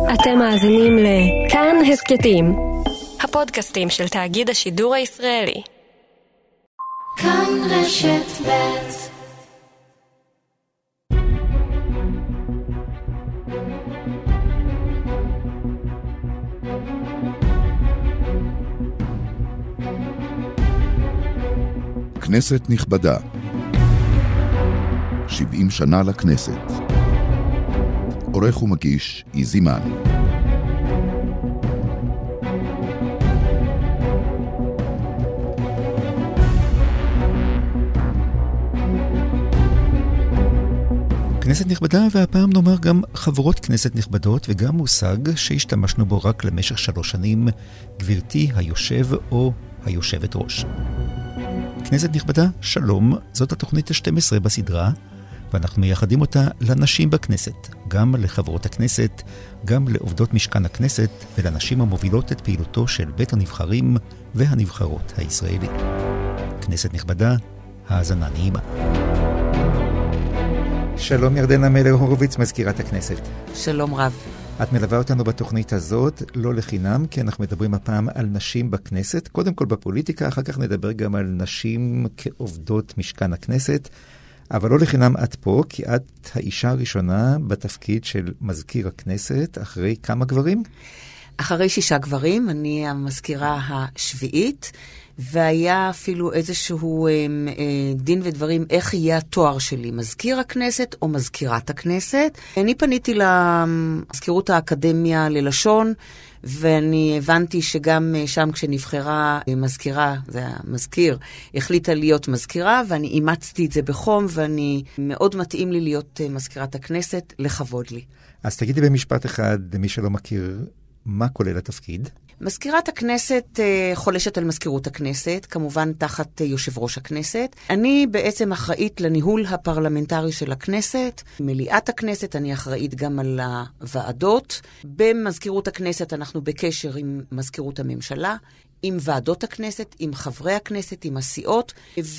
אתם מאזינים לכאן הסקטים, הפודקאסטים של תאגיד השידור הישראלי. כאן רשת ב'. כנסת נכבדה, 70 שנה לכנסת. עורך ומגיש איזי מן. כנסת נכבדה, והפעם נאמר גם חברות כנסת נכבדות, וגם מושג שהשתמשנו בו רק למשך 3 שנים, גברתי היושב או היושבת ראש. כנסת נכבדה, שלום, זאת התוכנית ה-12 בסדרה, ואנחנו מייחדים אותה לנשים בכנסת, גם לחברות הכנסת, גם לעובדות משכן הכנסת, ולנשים המובילות את פעילותו של בית הנבחרים והנבחרות הישראלי. כנסת נכבדה, האזנה נעימה. שלום ירדנה מלר הורוביץ, מזכירת הכנסת. שלום רב. את מלווה אותנו בתוכנית הזאת, לא לחינם, כי אנחנו מדברים הפעם על נשים בכנסת, קודם כל בפוליטיקה, אחר כך נדבר גם על נשים כעובדות משכן הכנסת, אבל לא לחינם את פה, כי את האישה הראשונה בתפקיד של מזכיר הכנסת, אחרי כמה גברים? אחרי 6 גברים, אני המזכירה השביעית, והיה אפילו איזשהו דין ודברים, איך יהיה התואר שלי, מזכיר הכנסת או מזכירת הכנסת. אני פניתי למזכירות האקדמיה ללשון, ואני הבנתי שגם שם כשנבחרה מזכירה, זה המזכיר, החליטה להיות מזכירה, ואני אימצתי את זה בחום, ואני מאוד מתאים לי להיות מזכירת הכנסת, לכבוד לי. אז תגידי במשפט אחד, למי שלא מכיר, מה כולל התפקיד? מזכירת הכנסת חולשת על מזכירות הכנסת, כמובן תחת יושב ראש הכנסת. אני בעצם אחראית לניהול הפרלמנטרי של הכנסת, מליאת הכנסת, אני אחראית גם על הוועדות. במזכירות הכנסת אנחנו בקשר עם מזכירות הממשלה, עם ועדות הכנסת, עם חברי הכנסת, עם הסיעות,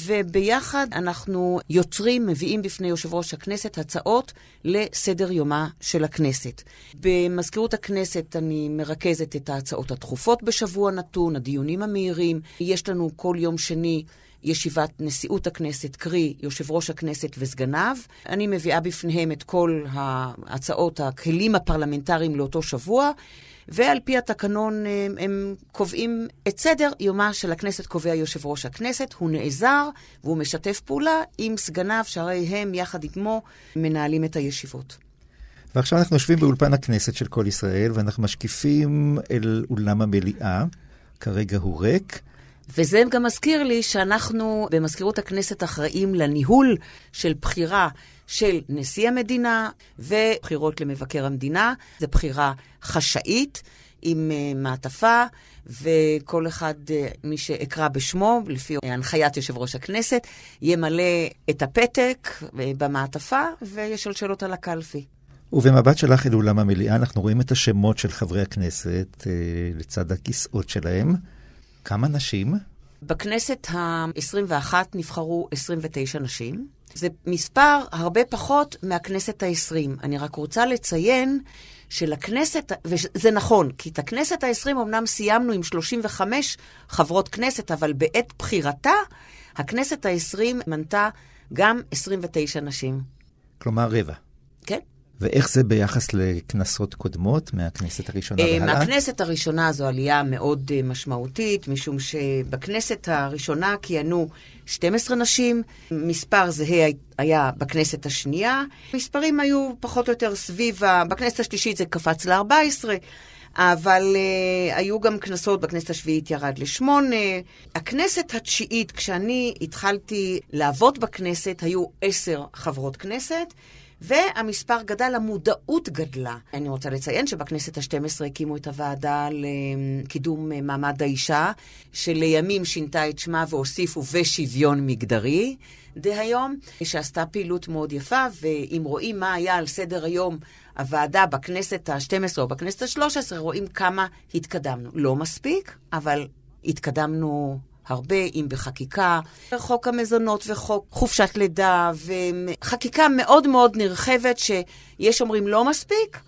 וביחד אנחנו יוצרים, מביאים בפני יושב ראש הכנסת הצעות לסדר יומה של הכנסת. במזכירות הכנסת אני מרכזת את ההצעות הדחופות בשבוע נתון, הדיונים המהירים. יש לנו כל יום שני ישיבת נשיאות הכנסת, קרי יושב ראש הכנסת וסגניו. אני מביאה בפניהם את כל ההצעות, הכלים הפרלמנטריים לאותו שבוע, ועל פי התקנון הם קובעים את סדר יומה של הכנסת, קובע יושב ראש הכנסת, הוא נעזר והוא משתף פעולה עם סגניו, שהרי הם יחד עמו מנהלים את הישיבות. ועכשיו אנחנו יושבים באולפן הכנסת של כל ישראל, ואנחנו משקיפים אל אולם המליאה, כרגע הוא ריק. וזה גם מזכיר לי שאנחנו במזכירות הכנסת אחראים לניהול של בחירה של נשיא המדינה ובחירות למבקר המדינה. זו בחירה חשאית עם מעטפה, וכל אחד, מי שאקרא בשמו, לפי הנחיית יושב ראש הכנסת, ימלא את הפתק במעטפה וישלשל אותה לקלפי. ובמבט שלך אל אולם המליאה אנחנו רואים את השמות של חברי הכנסת לצד הכיסאות שלהם. כמה נשים? בכנסת ה-21 נבחרו 29 נשים. זה מספר הרבה פחות מהכנסת ה-20. אני רק רוצה לציין שלכנסת, וזה נכון, כי את הכנסת ה-20 אמנם סיימנו עם 35 חברות כנסת, אבל בעת בחירתה, הכנסת ה-20 מנתה גם 29 נשים. כלומר רבע. כן. ואיך זה ביחס לכנסות קודמות מהכנסת הראשונה והלאה? מהכנסת הראשונה זו עלייה מאוד משמעותית, משום שבכנסת הראשונה כיהנו 12 נשים, מספר זהה היה בכנסת השנייה, מספרים היו פחות או יותר סביב, בכנסת השלישית זה קפץ ל-14, אבל היו גם כנסות, בכנסת השביעית ירד ל8, הכנסת התשיעית, כשאני התחלתי לעבוד בכנסת, היו 10 חברות כנסת, והמספר גדל, המודעות גדלה. אני רוצה לציין שבכנסת ה-12 הקימו את הוועדה לקידום מעמד האישה, שלימים שינתה את שמה והוסיפו ושוויון מגדרי. דהיום, שעשתה פעילות מאוד יפה, ואם רואים מה היה על סדר היום הוועדה בכנסת ה-12 או בכנסת ה-13, רואים כמה התקדמנו. לא מספיק, אבל התקדמנו הרבה, אם בחקיקה, חוק המזונות וחוק חופשת לידה, וחקיקה מאוד מאוד נרחבת שיש אומרים לא מספיק,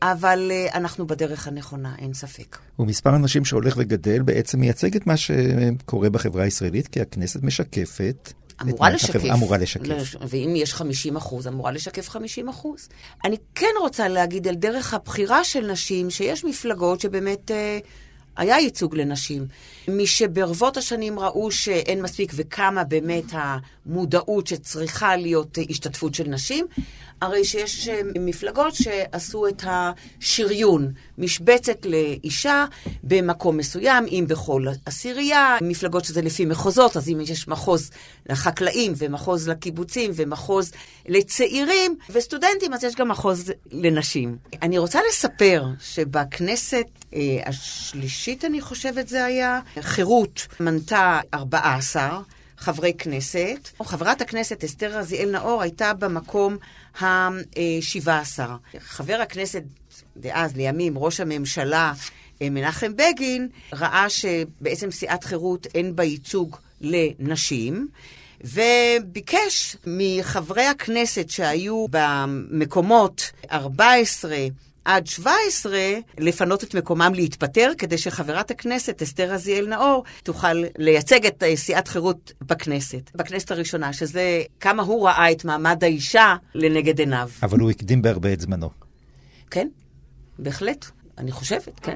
אבל אנחנו בדרך הנכונה, אין ספק. ומספר אנשים שהולך וגדל בעצם מייצג את מה שקורה בחברה הישראלית, כי הכנסת משקפת. אמורה לשקף. ואם יש 50%, אמורה לשקף 50%. אני כן רוצה להגיד על דרך הבחירה של נשים, שיש מפלגות שבאמת היה ייצוג לנשים. מי שברבות השנים ראו שאין מספיק וכמה באמת המודעות שצריכה להיות השתתפות של נשים, הרי שיש מפלגות שעשו את השריון, משבצת לאישה במקום מסוים, אם בכל עשירייה, מפלגות שזה לפי מחוזות, אז אם יש מחוז לחקלאים ומחוז לקיבוצים ומחוז לצעירים וסטודנטים, אז יש גם מחוז לנשים. אני רוצה לספר שבכנסת השלישית, אני חושבת זה היה, חירות מנתה 14 חברי כנסת. חברת הכנסת אסתר רזיאל נאור הייתה במקום ה-17. חבר הכנסת דאז לימים, ראש הממשלה מנחם בגין, ראה שבעצם סיעת חירות אין בה ייצוג לנשים, וביקש מחברי הכנסת שהיו במקומות 14 עד 17 לפנות את מקומם להתפטר, כדי שחברת הכנסת אסתר רזיאל נאור תוכל לייצג את סיעת חירות בכנסת. בכנסת הראשונה, שזה כמה הוא ראה את מעמד האישה לנגד עיניו. אבל הוא הקדים בהרבה את זמנו. כן, בהחלט. אני חושבת, כן.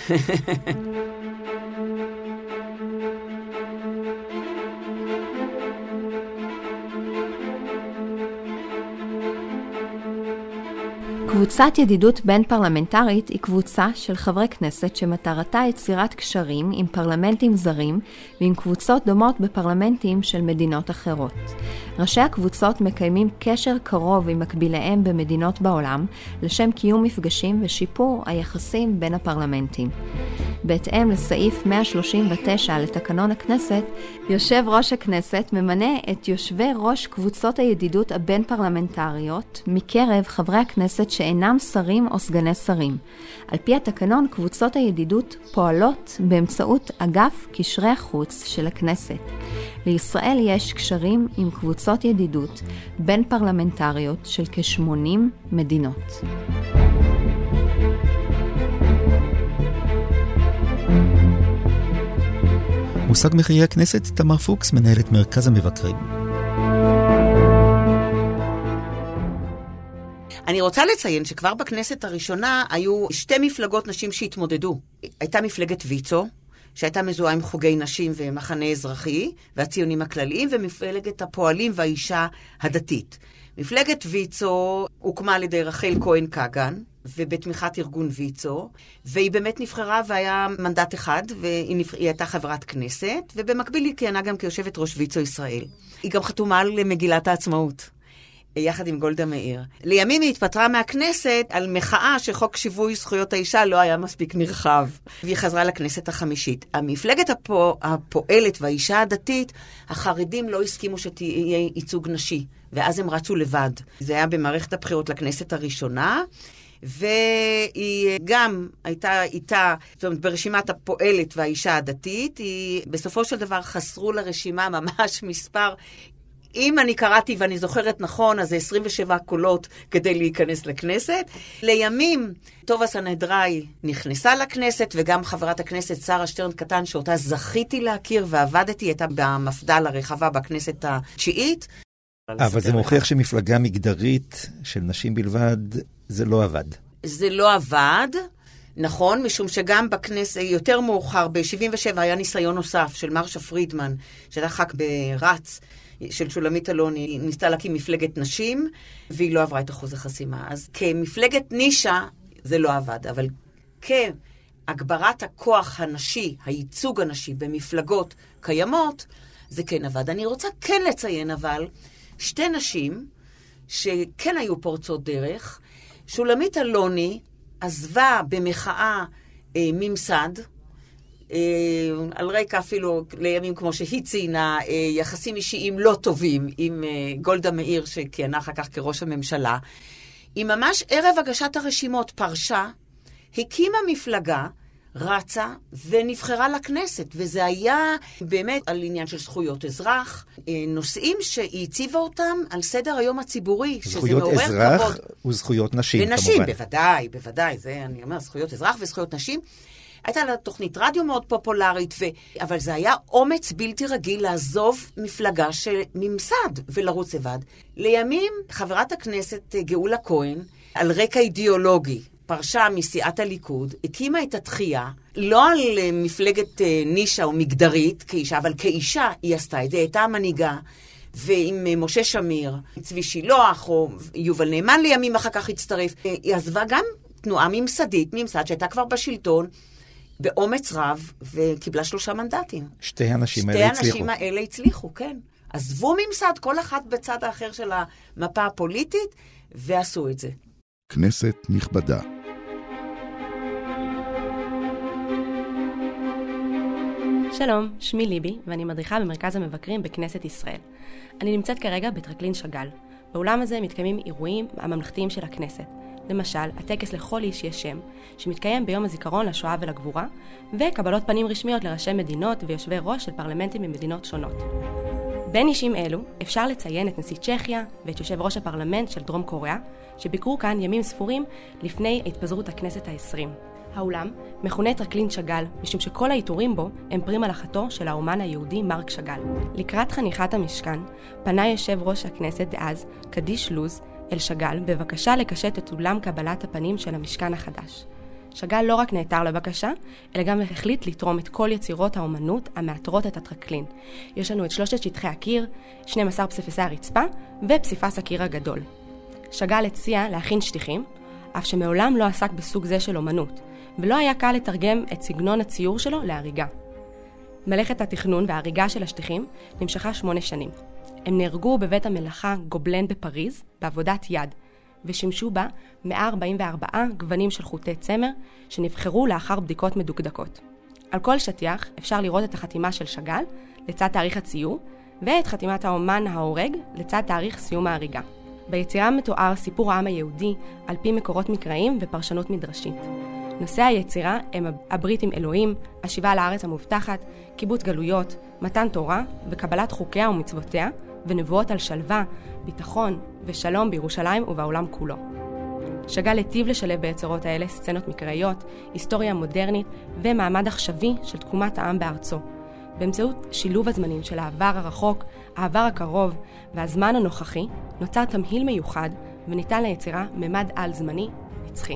קבוצת ידידות בין פרלמנטרית היא קבוצה של חברי כנסת שמטרתה יצירת קשרים עם פרלמנטים זרים ועם קבוצות דומות בפרלמנטים של מדינות אחרות. ראשי הקבוצות מקיימים קשר קרוב עם מקביליהם במדינות בעולם לשם קיום מפגשים ושיפור היחסים בין הפרלמנטים. בהתאם לסעיף 139 לתקנון הכנסת, יושב ראש הכנסת ממנה את יושבי ראש קבוצות הידידות הבין פרלמנטריות מקרב חברי הכנסת שאינם שרים או סגני שרים. על פי התקנון, קבוצות הידידות פועלות באמצעות אגף קשרי החוץ של הכנסת. לישראל יש קשרים עם קבוצות ידידות בין פרלמנטריות של כ-80 מדינות. מושג מחיי הכנסת, תמר פוקס, מנהלת מרכז המבקרים. אני רוצה לציין שכבר בכנסת הראשונה היו שתי מפלגות נשים שהתמודדו. הייתה מפלגת ויצו, שהייתה מזוהה עם חוגי נשים ומחנה אזרחי, והציונים הכלליים, ומפלגת הפועלים והאישה הדתית. מפלגת ויצו הוקמה על ידי רחל כהן קגן, ובתמיכת ארגון ויצו, והיא באמת נבחרה והיה מנדט אחד, והיא הייתה חברת כנסת, ובמקביל היא כיהנה גם כיושבת ראש ויצו ישראל. היא גם חתומה על מגילת העצמאות, יחד עם גולדה מאיר. לימים היא התפטרה מהכנסת על מחאה שחוק שיווי זכויות האישה לא היה מספיק נרחב, והיא חזרה לכנסת החמישית. המפלגת הפועלת והאישה הדתית, החרדים לא הסכימו שתהיה ייצוג נשי, ואז הם רצו לבד. זה היה במערכת הבחירות לכנסת הראשונה, והיא גם הייתה איתה, זאת אומרת, ברשימת הפועלת והאישה הדתית, היא בסופו של דבר חסרו לרשימה ממש מספר, אם אני קראתי ואני זוכרת נכון, אז זה 27 קולות כדי להיכנס לכנסת. לימים, טובה סנהדראי נכנסה לכנסת, וגם חברת הכנסת שרה שטרן קטן, שאותה זכיתי להכיר ועבדתי, הייתה במפד"ל הרחבה בכנסת התשיעית. אבל זה מוכיח שמפלגה מגדרית של נשים בלבד, זה לא עבד. זה לא עבד, נכון, משום שגם בכנסת, יותר מאוחר, ב-77 היה ניסיון נוסף של מרשה פרידמן, שהייתה ח"כ ברץ, של שולמית אלוני, היא ניסתה להקים מפלגת נשים, והיא לא עברה את אחוז החסימה. אז כמפלגת נישה, זה לא עבד, אבל כהגברת הכוח הנשי, הייצוג הנשי במפלגות קיימות, זה כן עבד. אני רוצה כן לציין אבל, שתי נשים שכן היו פורצות דרך, שולמית אלוני עזבה במחאה ממסד, על רקע אפילו לימים כמו שהיא ציינה, יחסים אישיים לא טובים עם גולדה מאיר שכיהנה אחר כך כראש הממשלה. היא ממש ערב הגשת הרשימות פרשה, הקימה מפלגה, רצה ונבחרה לכנסת, וזה היה באמת על עניין של זכויות אזרח, נושאים שהיא הציבה אותם על סדר היום הציבורי, שזה מעורר כבוד. זכויות אזרח וזכויות נשים, ונשים, כמובן. בוודאי, בוודאי, זה אני אומר, זכויות אזרח וזכויות נשים. הייתה לה תוכנית רדיו מאוד פופולרית, אבל זה היה אומץ בלתי רגיל לעזוב מפלגה של ממסד ולרוץ לבד. לימים חברת הכנסת גאולה כהן, על רקע אידיאולוגי, פרשה מסיעת הליכוד, הקימה את התחייה, לא על מפלגת נישה או מגדרית כאישה, אבל כאישה היא עשתה את זה, הייתה המנהיגה, ועם משה שמיר, צבי שילוח או יובל נאמן לימים אחר כך הצטרף, היא עזבה גם תנועה ממסדית, ממסד שהייתה כבר בשלטון, באומץ רב, וקיבלה 3 מנדטים. שתי האנשים האלה הצליחו, כן. עזבו ממסד, כל אחת בצד האחר של המפה הפוליטית, ועשו את זה. כנסת נכבדה. שלום, שמי ליבי, ואני מדריכה במרכז המבקרים בכנסת ישראל. אני נמצאת כרגע בטרקלין שאגאל. באולם הזה מתקיימים אירועים הממלכתיים של הכנסת. למשל, הטקס לכל איש יש שם, שמתקיים ביום הזיכרון לשואה ולגבורה, וקבלות פנים רשמיות לראשי מדינות ויושבי ראש של פרלמנטים ממדינות שונות. בין אישים אלו אפשר לציין את נשיא צ'כיה ואת יושב ראש הפרלמנט של דרום קוריאה, שביקרו כאן ימים ספורים לפני התפזרות הכנסת ה-20. האולם מכונה טרקלין שאגאל, משום שכל העיטורים בו הם פרי מלאכתו של האומן היהודי מרק שאגאל. לקראת חניכת המשכן, פנה יושב ראש הכנסת דאז, קדיש לוז, אל שאגאל בבקשה לקשט את אולם קבלת הפנים של המשכן החדש. שאגאל לא רק נעתר לבקשה, אלא גם החליט לתרום את כל יצירות האומנות המאתרות את הטרקלין. יש לנו את 3 שטחי הקיר, 12 פסיפסי הרצפה ופסיפס הקיר הגדול. שאגאל הציע להכין שטיחים, אף שמעולם לא עסק בסוג זה של אומנות, ולא היה קל לתרגם את סגנון הציור שלו להריגה. מלאכת התכנון וההריגה של השטיחים נמשכה 8 שנים. הם נהרגו בבית המלאכה גובלן בפריז, בעבודת יד, ושימשו בה 144 גוונים של חוטי צמר, שנבחרו לאחר בדיקות מדוקדקות. על כל שטיח אפשר לראות את החתימה של שאגאל לצד תאריך הציור, ואת חתימת האומן ההורג לצד תאריך סיום ההריגה. ביצירה מתואר סיפור העם היהודי על פי מקורות מקראיים ופרשנות מדרשית. נושאי היצירה הם הברית עם אלוהים, השיבה לארץ המובטחת, קיבוץ גלויות, מתן תורה וקבלת חוקיה ומצוותיה, ונבואות על שלווה, ביטחון ושלום בירושלים ובעולם כולו. שאגאל היטיב לשלב ביצירות האלה סצנות מקראיות, היסטוריה מודרנית ומעמד עכשווי של תקומת העם בארצו. באמצעות שילוב הזמנים של העבר הרחוק, העבר הקרוב והזמן הנוכחי, נוצר תמהיל מיוחד וניתן ליצירה ממד על זמני נצחי.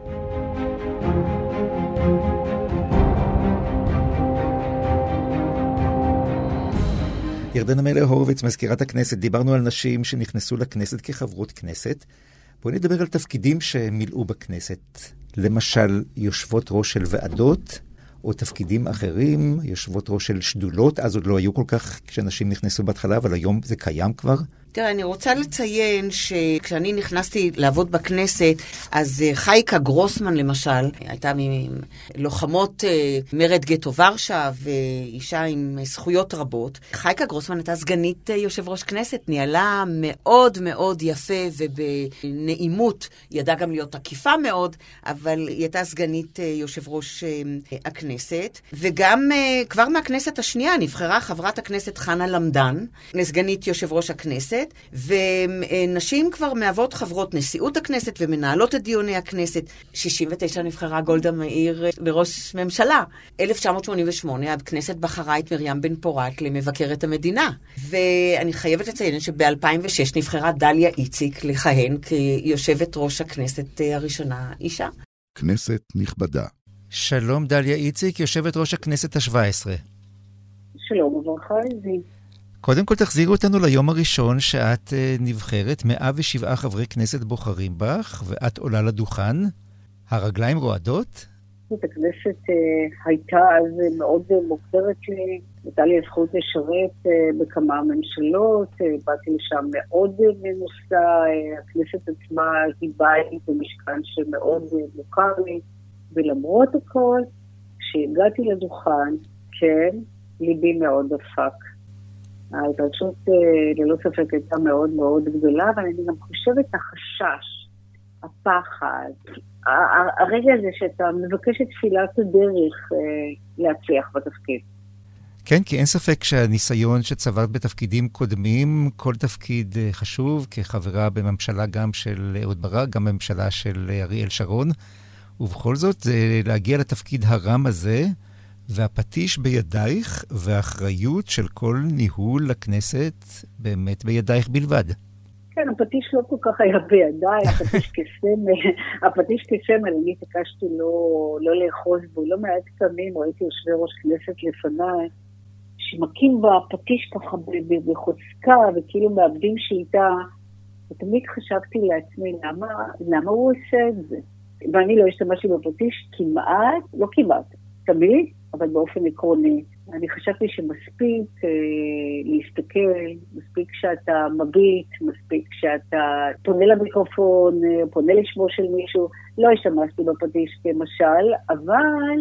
ירדנה מלר הורוביץ, מזכירת הכנסת, דיברנו על נשים שנכנסו לכנסת כחברות כנסת. בואי נדבר על תפקידים שמילאו בכנסת. למשל, יושבות ראש של ועדות, או תפקידים אחרים, יושבות ראש של שדולות. אז עוד לא היו כל כך כשנשים נכנסו בהתחלה, אבל היום זה קיים כבר. תראה, אני רוצה לציין שכשאני נכנסתי לעבוד בכנסת, אז חייקה גרוסמן למשל, הייתה מלוחמות מרד גטו ורשה, ואישה עם זכויות רבות. חייקה גרוסמן הייתה סגנית יושב ראש כנסת, ניהלה מאוד מאוד יפה ובנעימות, ידעה גם להיות עקיפה מאוד, אבל היא הייתה סגנית יושב ראש הכנסת, וגם כבר מהכנסת השנייה נבחרה חברת הכנסת חנה למדן, לסגנית יושב ראש הכנסת, ונשים כבר מהוות חברות נשיאות הכנסת ומנהלות את דיוני הכנסת. 69 נבחרה גולדה מאיר לראש ממשלה. 1988 הכנסת בחרה את מרים בן פורת למבקרת המדינה. ואני חייבת לציין שב-2006 נבחרה דליה איציק לכהן כיושבת ראש הכנסת הראשונה אישה. כנסת נכבדה. שלום דליה איציק, יושבת ראש הכנסת ה-17. שלום וברכה איזי. קודם כל תחזירו אותנו ליום הראשון שאת נבחרת, 107 חברי כנסת בוחרים בך, ואת עולה לדוכן. הרגליים רועדות? הכנסת הייתה אז מאוד מוגדרת לי, הייתה לי הזכות לשרת בכמה ממשלות, באתי לשם מאוד מנוסה, הכנסת עצמה היא בית במשכן שמאוד מוכר לי, ולמרות הכל, כשהגעתי לדוכן, כן, ליבי מאוד דפק. ההתרגשות ללא ספק הייתה מאוד מאוד גדולה, אבל אני גם חושבת החשש, הפחד, הרגע הזה שאתה מבקש את תפילת הדרך להצליח בתפקיד. כן, כי אין ספק שהניסיון שצברת בתפקידים קודמים, כל תפקיד חשוב, כחברה בממשלה גם של אהוד ברק, גם בממשלה של אריאל שרון, ובכל זאת זה להגיע לתפקיד הרם הזה, והפטיש בידייך, והאחריות של כל ניהול לכנסת באמת בידייך בלבד. כן, הפטיש לא כל כך היה בידיי, הפטיש כסמל, אני התעקשתי לא לאחוז בו, לא מעט פעמים, ראיתי יושבי ראש כנסת לפניי, שמקים בפטיש ככה בחוזקה, וכאילו מאבדים שליטה, ותמיד חשבתי לעצמי, למה הוא עושה את זה? ואני לא השתמשתי בפטיש כמעט, לא כמעט, תמיד, אבל באופן עקרוני. אני חשבתי שמספיק להסתכל, מספיק שאתה מביט, מספיק שאתה פונה למיקרופון, פונה לשמו של מישהו, לא השתמשתי בפטיש כמשל, אבל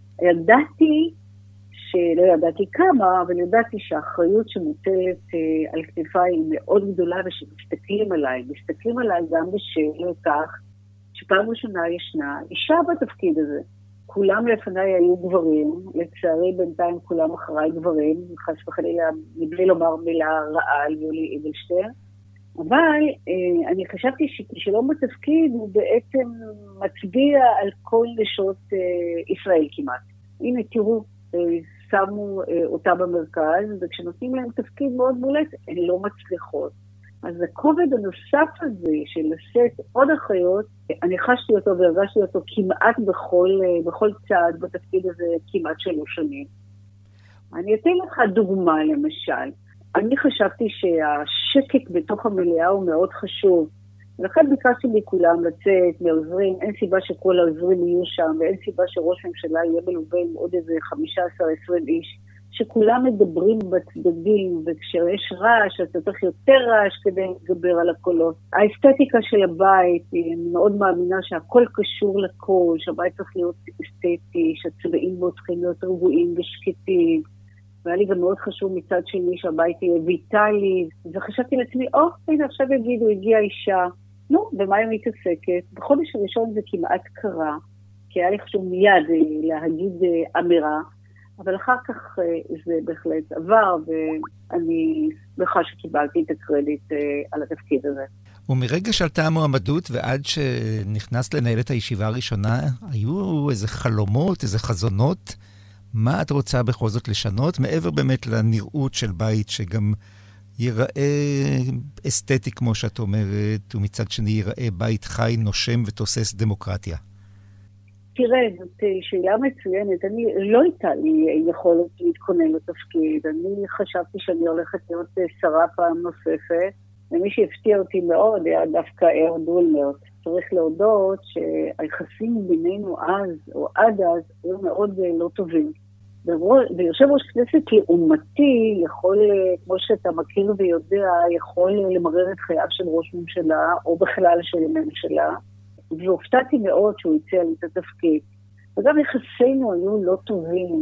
לא ידעתי כמה, אבל ידעתי שהאחריות שמוטלת על כתפיי היא מאוד גדולה, ושמסתכלים עליי גם בשל כך, שפעם ראשונה ישנה אישה בתפקיד הזה. כולם לפניי היו גברים, לצערי בינתיים כולם אחריי גברים, חס וחלילה מבלי לומר מילה רעה על יולי אדלשטיין, אבל אני חשבתי שכישלון בתפקיד הוא בעצם מצביע על כל נשות ישראל כמעט. הנה תראו, שמו אותה במרכז, וכשנותנים להם תפקיד מאוד מולט, הן לא מצליחות. אז הכובד הנוסף הזה של לשאת עוד אחריות, אני חשתי אותו והרגשתי אותו כמעט בכל צעד בתפקיד הזה כמעט 3 שנים. אני אתן לך דוגמה למשל. אני חשבתי שהשקט בתוך המליאה הוא מאוד חשוב. ולכן ביקשתי מכולם לצאת, מעוזרים, אין סיבה שכל העוזרים יהיו שם, ואין סיבה שראש ממשלה יהיה מלווה עם עוד איזה 15-20 איש. שכולם מדברים בצדדים, וכשיש רעש, אז אתה צריך יותר רעש כדי לדבר על הקולות. האסתטיקה של הבית, אני מאוד מאמינה שהכל קשור לכל, שהבית צריך להיות אסתטי, שהצבעים בו צריכים להיות רגועים ושקטים, והיה לי גם מאוד חשוב מצד שני שהבית יהיה ויטלי, וחשבתי לעצמי, הנה עכשיו יגידו, הגיעה אישה, במה היא מתעסקת? בחודש הראשון זה כמעט קרה, כי היה לי חשוב מיד להגיד אמירה, אבל אחר כך זה בהחלט עבר, ואני שמחה שקיבלתי את הקרדיט על התפקיד הזה. ומרגע שעלתה המועמדות ועד שנכנס לנהל את הישיבה הראשונה, היו איזה חלומות, איזה חזונות? מה את רוצה בכל זאת לשנות? מעבר באמת לנראות של בית שגם ייראה אסתטי כמו שאת אומרת, ומצד שני ייראה בית חי, נושם ותוסס דמוקרטיה. תראה, זאת שאלה מצוינת. לא הייתה לי יכולת להתכונן לתפקיד. אני חשבתי שאני הולכת להיות שרה פעם נוספת, ומי שהפתיע אותי מאוד היה דווקא אהוד אולמרט. צריך להודות שהיחסים בינינו אז, או עד אז, היו מאוד לא טובים. ויושב ראש כנסת לעומתי יכול, כמו שאתה מכיר ויודע, יכול למרר את חייו של ראש ממשלה, או בכלל של ממשלה, והופתעתי מאוד שהוא הציע לי את התפקיד. וגם יחסינו היו לא טובים,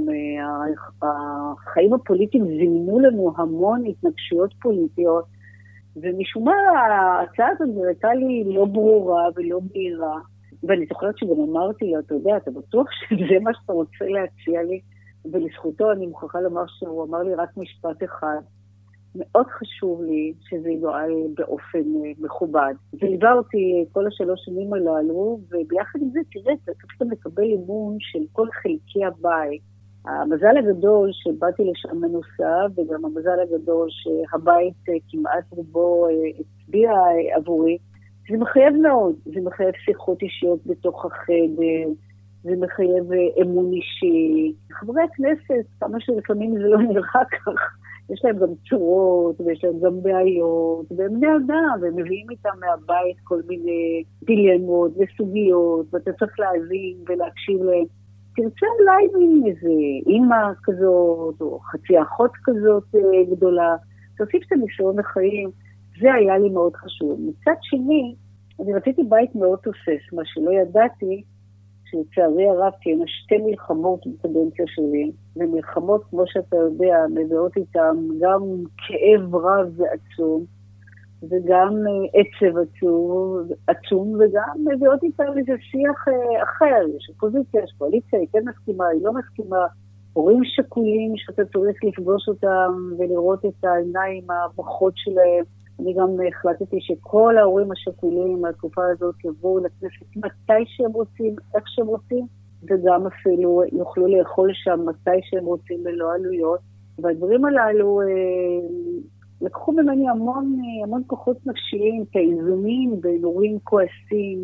החיים הפוליטיים זימנו לנו המון התנגשויות פוליטיות, ומשום מה ההצעה הזאת הייתה לי לא ברורה ולא בהירה, ואני זוכרת שגם אמרתי לו, אתה יודע, אתה בטוח שזה מה שאתה רוצה להציע לי, ולזכותו אני מוכרחה לומר שהוא אמר לי רק משפט אחד, מאוד חשוב לי שזה ינוהל באופן מכובד. זה ליווה אותי כל 3 שנים הללו, וביחד עם זה, תראה, אתה פתאום לקבל אמון של כל חלקי הבית. המזל הגדול שבאתי לשם מנוסה, וגם המזל הגדול שהבית כמעט רובו הצביע עבורי, זה מחייב מאוד. זה מחייב שיחות אישיות בתוך החדר, זה מחייב אמון אישי. חברי הכנסת, כמה שלפעמים זה לא נראה כך, יש להם גם צורות, ויש להם גם בעיות, והם בני אדם, והם מביאים איתם מהבית כל מיני דילמות וסוגיות, ואתה צריך להבין ולהקשיב להם. תרצה אולי מין איזה אימא כזאת, או חצי אחות כזאת גדולה, תוסיף את הניסיון לחיים, זה היה לי מאוד חשוב. מצד שני, אני רציתי בית מאוד תוסס, מה שלא ידעתי, שלצערי הרב תהיינה 2 מלחמות בקדנציה שלי, ומלחמות, כמו שאתה יודע, מביאות איתם גם כאב רב ועצום, וגם עצב עצום, וגם מביאות איתם איזה שיח אחר, יש אופוזיציה, יש קואליציה, היא כן מסכימה, היא לא מסכימה, הורים שכולים שאתה צריך לפגוש אותם ולראות את העיניים המוחות שלהם. אני גם החלטתי שכל ההורים השכולים מהתקופה הזאת יבואו לכנסת מתי שהם רוצים, איך שהם רוצים, וגם אפילו יוכלו לאכול שם מתי שהם רוצים ללא עלויות. והדברים הללו לקחו ממני המון כוחות נפשיים, את האיזונים בין הורים כועסים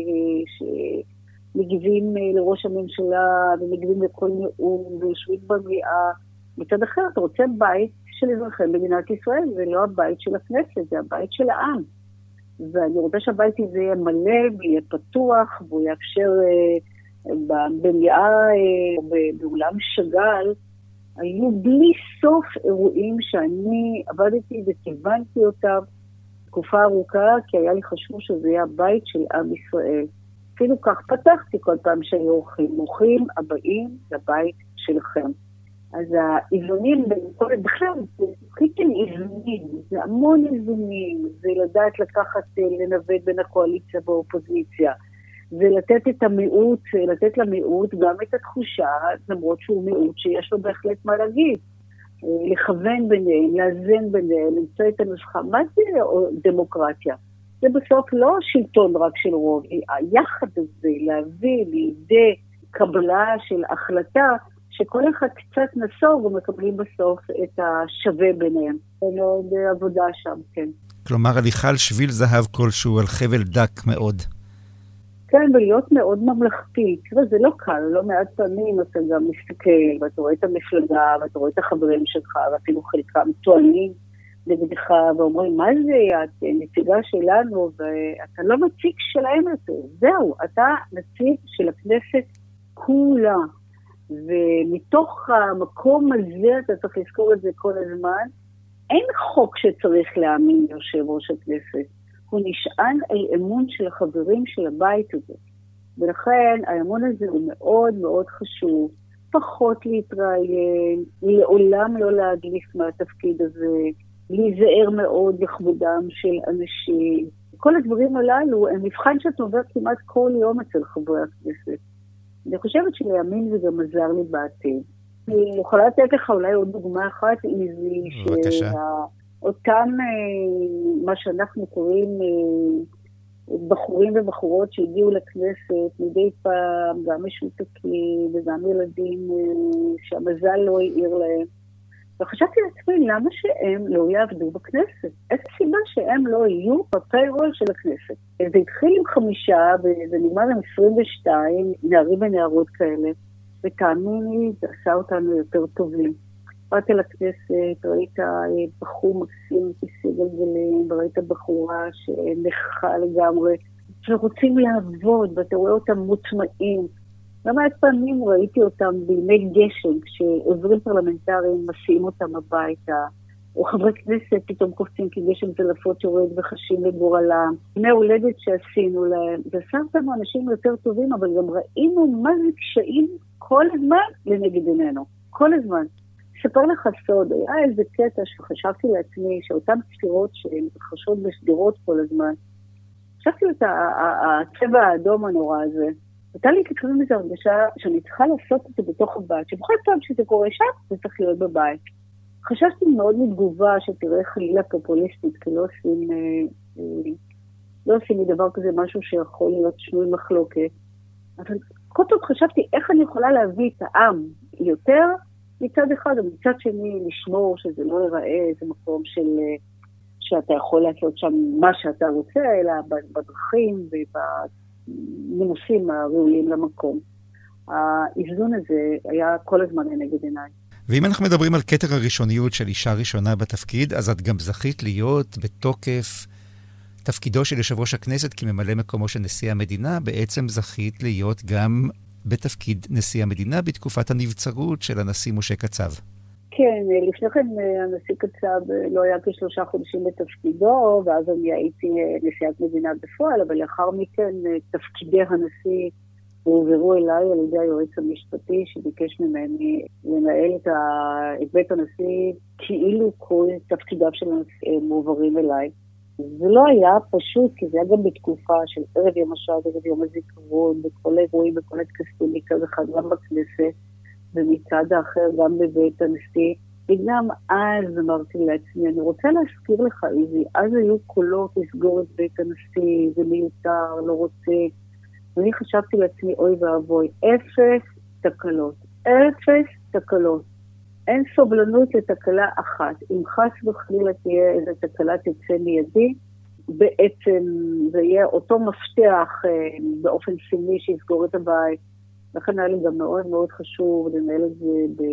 שמגיבים לראש הממשלה ומגיבים לכל נאום ויושבים במליאה. מצד אחר, אתה רוצה בית של אזרחי מדינת ישראל, זה לא הבית של הכנסת, זה הבית של העם. ואני רוצה שהבית הזה יהיה מלא ויהיה פתוח, והוא יאפשר במליאה או באולם שגל, היו בלי סוף אירועים שאני עבדתי וכיוונתי אותם תקופה ארוכה, כי היה לי חשוב שזה יהיה הבית של עם ישראל. אפילו כך פתחתי כל פעם שהיו אורחים הבאים לבית שלכם. אז האיזונים, בכלל, זה חיתן איזונים, זה המון איזונים, זה לדעת לקחת, לנווט בין הקואליציה והאופוזיציה, זה לתת את המיעוט, לתת למיעוט גם את התחושה, למרות שהוא מיעוט שיש לו בהחלט מה להגיד, לכוון ביניהם, לאזן ביניהם, למצוא את הנוסחה. מה זה דמוקרטיה? זה בסוף לא שלטון רק של רוב, היחד הזה להביא לידי קבלה של החלטה, שכל אחד קצת נסוג ומקבלים בסוף את השווה ביניהם. זה מאוד עבודה שם, כן. כלומר, הליכה על שביל זהב כלשהו, על חבל דק מאוד. כן, ולהיות מאוד ממלכתי. תראה, זה לא קל, לא מעט פעמים אתה גם מסתכל, ואתה רואה את המפלגה, ואתה רואה את החברים שלך, ואפילו חלקם טוענים נגדך, ואומרים, מה זה? את נציגה שלנו, ואתה לא נציג שלהם יותר. זהו, אתה נציג של הכנסת כולה. ומתוך המקום הזה, אתה צריך לזכור את זה כל הזמן, אין חוק שצריך להאמין ליושב ראש הכנסת. הוא נשען על אמון של החברים של הבית הזה. ולכן האמון הזה הוא מאוד מאוד חשוב. פחות להתראיין, לעולם לא להדליף מהתפקיד הזה, להיזהר מאוד לכבודם של אנשים. כל הדברים הללו הם מבחן שאת עובר כמעט כל יום אצל חברי הכנסת. אני חושבת שלימין זה גם עזר לי בעתיד. אני יכולה לתת לך אולי עוד דוגמה אחת, אותם, מה שאנחנו קוראים בחורים ובחורות שהגיעו לכנסת, מדי פעם, גם משותקים וגם ילדים שהמזל לא העיר להם. וחשבתי לעצמי, למה שהם לא יעבדו בכנסת? איזה סיבה שהם לא יהיו בפיירול של הכנסת? זה התחיל עם 5, וזה נגמר עם 22 נערים ונערות כאלה, ותאמיני, זה עשה אותנו יותר טובים. באתי לכנסת, ראית בחור מקסים כיסא גלגלים, וראית בחורה שנכה לגמרי, שרוצים לעבוד, ואתה רואה אותם מוטמעים. למה עד פעמים ראיתי אותם בימי גשם, כשעוזרים פרלמנטריים מסיעים אותם הביתה, או חברי כנסת פתאום קופצים כי גשם זלעפות יורד וחשים לגורלם. ימי הולדת שעשינו להם, ועשה אותנו אנשים יותר טובים, אבל גם ראינו מה זה קשיים כל הזמן לנגד עינינו. כל הזמן. אספר לך סוד, היה איזה קטע שחשבתי לעצמי, שאותן ספירות שהן מתרחשות בשדרות כל הזמן, חשבתי את הצבע האדום הנורא הזה, הייתה לי כתבים איזו הרגשה שאני צריכה לעשות את זה בתוך הבית, שבכל פעם שזה קורה שם, זה צריך להיות בבית. חשבתי מאוד מתגובה שתראה חלילה פופוליסטית, כי לא עושים מדבר כזה משהו שיכול להיות שנוי מחלוקת, אבל כל פעם חשבתי איך אני יכולה להביא את העם יותר מצד אחד, ומצד שני לשמור שזה לא ייראה איזה מקום שאתה יכול לעשות שם מה שאתה רוצה, אלא בדרכים ובמנוסים הראויים למקום. האיזון הזה היה כל הזמן לנגד עיניי. ואם אנחנו מדברים על כתר הראשוניות של אישה ראשונה בתפקיד, אז את גם זכית להיות בתוקף תפקידו של יושב ראש הכנסת כממלא מקומו של נשיא המדינה, בעצם זכית להיות גם בתפקיד נשיא המדינה בתקופת הנבצרות של הנשיא משה קצב. כן, לפני כן הנשיא קצב לא היה כ3 חודשים בתפקידו, ואז אני הייתי נשיאת מדינה בפועל, אבל לאחר מכן תפקידי הנשיא הועברו אליי על ידי היועץ המשפטי שביקש ממני לנהל את בית הנשיא כאילו כל תפקידיו של הנשיא מועברים אליי. זה לא היה פשוט, כי זה היה גם בתקופה של ערב יום השואה, ערב יום הזיכרון, וכל האירועים וכל הטקסים מצד אחד גם בכנסת, ומצד האחר גם בבית הנשיא. וגם אז אמרתי לעצמי, אני רוצה להזכיר לך, איזי, אז היו קולות לסגור את בית הנשיא, זה מיותר, לא רוצה. ואני חשבתי לעצמי, אוי ואבוי, אפס תקלות. אין סובלנות לתקלה אחת. אם חס וחלילה תהיה איזו תקלה תצא מיידי, בעצם זה יהיה אותו מפתח באופן סמלי שיסגור את הבית. לכן היה לי גם מאוד מאוד חשוב לנהל את זה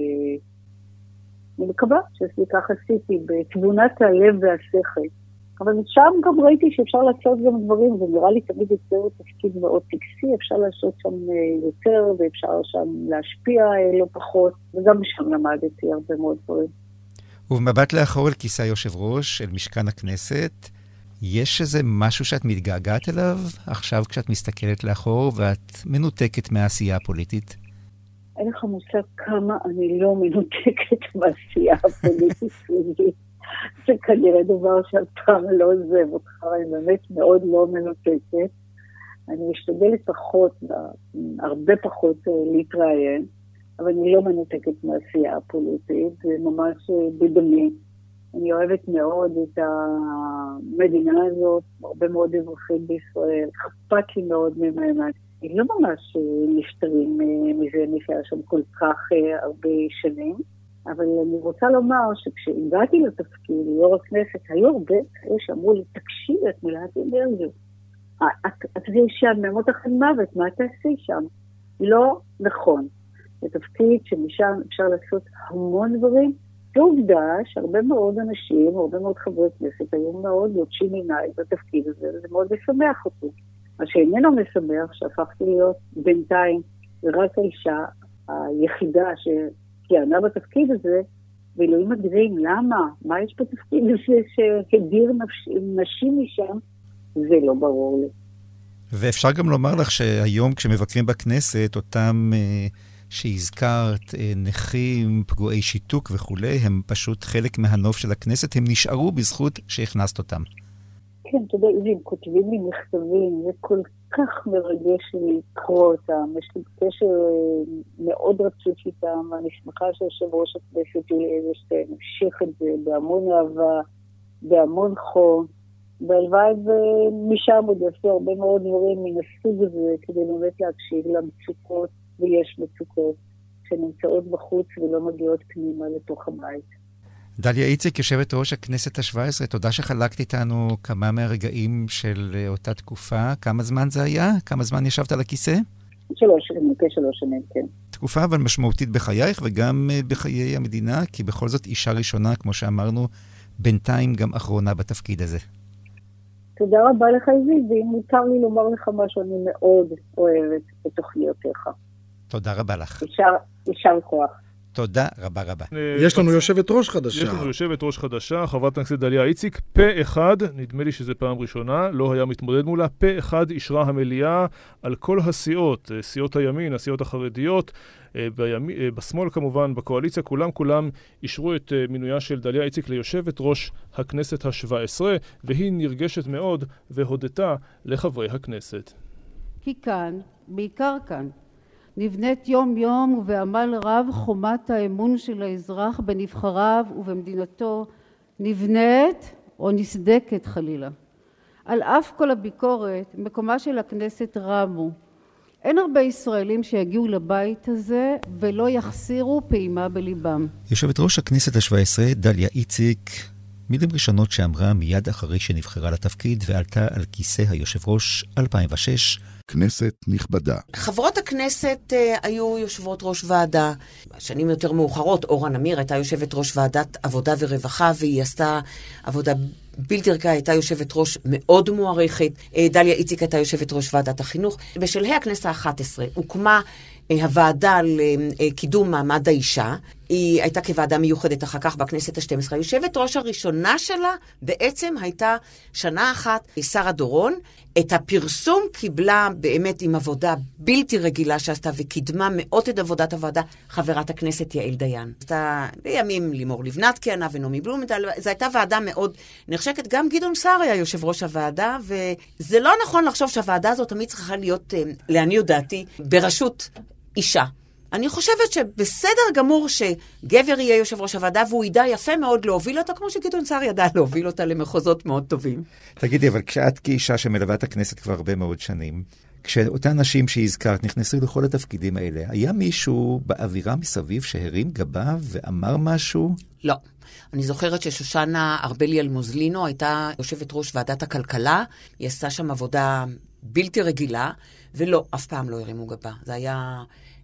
אני מקווה שעשיתי ככה עשיתי, בתבונת הלב והשכל. אבל שם גם ראיתי שאפשר לעשות גם דברים, ונראה לי תמיד יותר תפקיד מאוד טקסי, אפשר לעשות שם יותר, ואפשר שם להשפיע לא פחות, וגם שם למדתי הרבה מאוד דברים. ובמבט לאחור אל כיסא יושב ראש, אל משכן הכנסת, יש איזה משהו שאת מתגעגעת אליו, עכשיו כשאת מסתכלת לאחור, ואת מנותקת מהעשייה הפוליטית? אין לך מושג כמה אני לא מנותקת מהעשייה הפוליטית שלי. זה כנראה דבר שאף פעם לא עוזב אותך, אני באמת מאוד לא מנותקת. אני משתדלת פחות, הרבה פחות להתראיין, אבל אני לא מנותקת מהעשייה הפוליטית, זה ממש בדמי. אני אוהבת מאוד את המדינה הזאת, הרבה מאוד אזרחים בישראל, אכפת לי מאוד ממנה. הם לא ממש נפטרים מזה, שהיה שם כל כך הרבה שנים. אבל אני רוצה לומר שכשהגעתי לתפקיד, יו"ר הכנסת, היו הרבה שאמרו לי, תקשיב, את מלאת אנרגיות. את תביאי שם ממות אחרי מוות, מה תעשי שם? לא נכון. זה תפקיד שמשם אפשר לעשות המון דברים. זו עובדה שהרבה מאוד אנשים, הרבה מאוד חברי כנסת, היו מאוד יוצאים עיניי בתפקיד הזה, וזה מאוד משמח אותי. מה שאיננו משמח, שהפכתי להיות בינתיים רק האישה היחידה כיהנה בתפקיד הזה, ואלוהים אדירים, למה? מה יש בתפקיד הזה שהדיר נשים משם? זה לא ברור לי. ואפשר גם לומר לך שהיום כשמבקרים בכנסת, אותם שהזכרת, נכים, פגועי שיתוק וכו', הם פשוט חלק מהנוף של הכנסת, הם נשארו בזכות שהכנסת אותם. כן, אתה יודע, אם כותבים לי מכתבים, זה כל כך מרגש לי לקרוא אותם, יש לי קשר מאוד רצוף איתם, אני שמחה שיושב ראש הכנסת יולי אדלשטיין המשיך את זה בהמון אהבה, בהמון חום, והלוואי ומשם עוד יעשו הרבה מאוד דברים מן הסוג הזה, כדי באמת להקשיב למצוקות, ויש מצוקות שנמצאות בחוץ ולא מגיעות פנימה לתוך הבית. דליה איציק, יושבת ראש הכנסת ה-17, תודה שחלקת איתנו כמה מהרגעים של אותה תקופה. כמה זמן זה היה? כמה זמן ישבת על הכיסא? 3 שנים, כן. תקופה אבל משמעותית בחייך וגם בחיי המדינה, כי בכל זאת אישה ראשונה, כמו שאמרנו, בינתיים גם אחרונה בתפקיד הזה. תודה רבה לך, איזי, ואם מותר לי לומר לך משהו, אני מאוד אוהבת את תוכניותיך. תודה רבה לך. יישר כוח. תודה רבה רבה. יש לנו יושבת ראש חדשה. יש לנו יושבת ראש חדשה, חברת הכנסת דליה איציק, פה אחד, נדמה לי שזה פעם ראשונה, לא היה מתמודד מולה, פה אחד אישרה המליאה על כל הסיעות, סיעות הימין, הסיעות החרדיות, בשמאל כמובן, בקואליציה, כולם אישרו את מינויה של דליה איציק ליושבת ראש הכנסת ה-17, והיא נרגשת מאוד והודתה לחברי הכנסת. כי כאן, בעיקר כאן, נבנית יום יום ובעמל רב חומת האמון של האזרח בנבחריו ובמדינתו, נבנית או נסדקת חלילה. על אף כל הביקורת, מקומה של הכנסת רמו. אין הרבה ישראלים שיגיעו לבית הזה ולא יחסירו פעימה בליבם. יושבת ראש הכנסת ה-17, דליה איציק, מילים ראשונות שאמרה מיד אחרי שנבחרה לתפקיד ועלתה על כיסא היושב ראש 2006, כנסת נכבדה. חברות הכנסת היו יושבות ראש ועדה. שנים יותר מאוחרות, אורה נמיר הייתה יושבת ראש ועדת עבודה ורווחה, והיא עשתה עבודה בלתי רגילה, הייתה יושבת ראש מאוד מוערכת. דליה איציק הייתה יושבת ראש ועדת החינוך. בשלהי הכנסת ה-11 הוקמה הוועדה לקידום מעמד האישה. היא הייתה כוועדה מיוחדת אחר כך בכנסת ה-12. היושבת ראש הראשונה שלה בעצם הייתה שנה אחת שרה דורון. את הפרסום קיבלה באמת עם עבודה בלתי רגילה שעשתה וקידמה מאוד את עבודת הוועדה, חברת הכנסת יעל דיין. עשתה לימים לימור לבנת כיהנה ונעמי בלומנטל, זו הייתה ועדה מאוד נחשקת, גם גדעון סער היה יושב ראש הוועדה, וזה לא נכון לחשוב שהוועדה הזאת תמיד צריכה להיות, לעניות דעתי, בראשות אישה. אני חושבת שבסדר גמור שגבר יהיה יושב ראש הוועדה, והוא ידע יפה מאוד להוביל אותה, כמו שגדעון סער ידע להוביל אותה למחוזות מאוד טובים. תגידי, אבל כשאת כאישה שמלווה את הכנסת כבר הרבה מאוד שנים, כשאותן נשים שהזכרת נכנסו לכל התפקידים האלה, היה מישהו באווירה מסביב שהרים גבה ואמר משהו? לא. אני זוכרת ששושנה ארבלי אלמוזלינו הייתה יושבת ראש ועדת הכלכלה, היא עשתה שם עבודה בלתי רגילה, ולא, אף פעם לא הרימו גבה. זה היה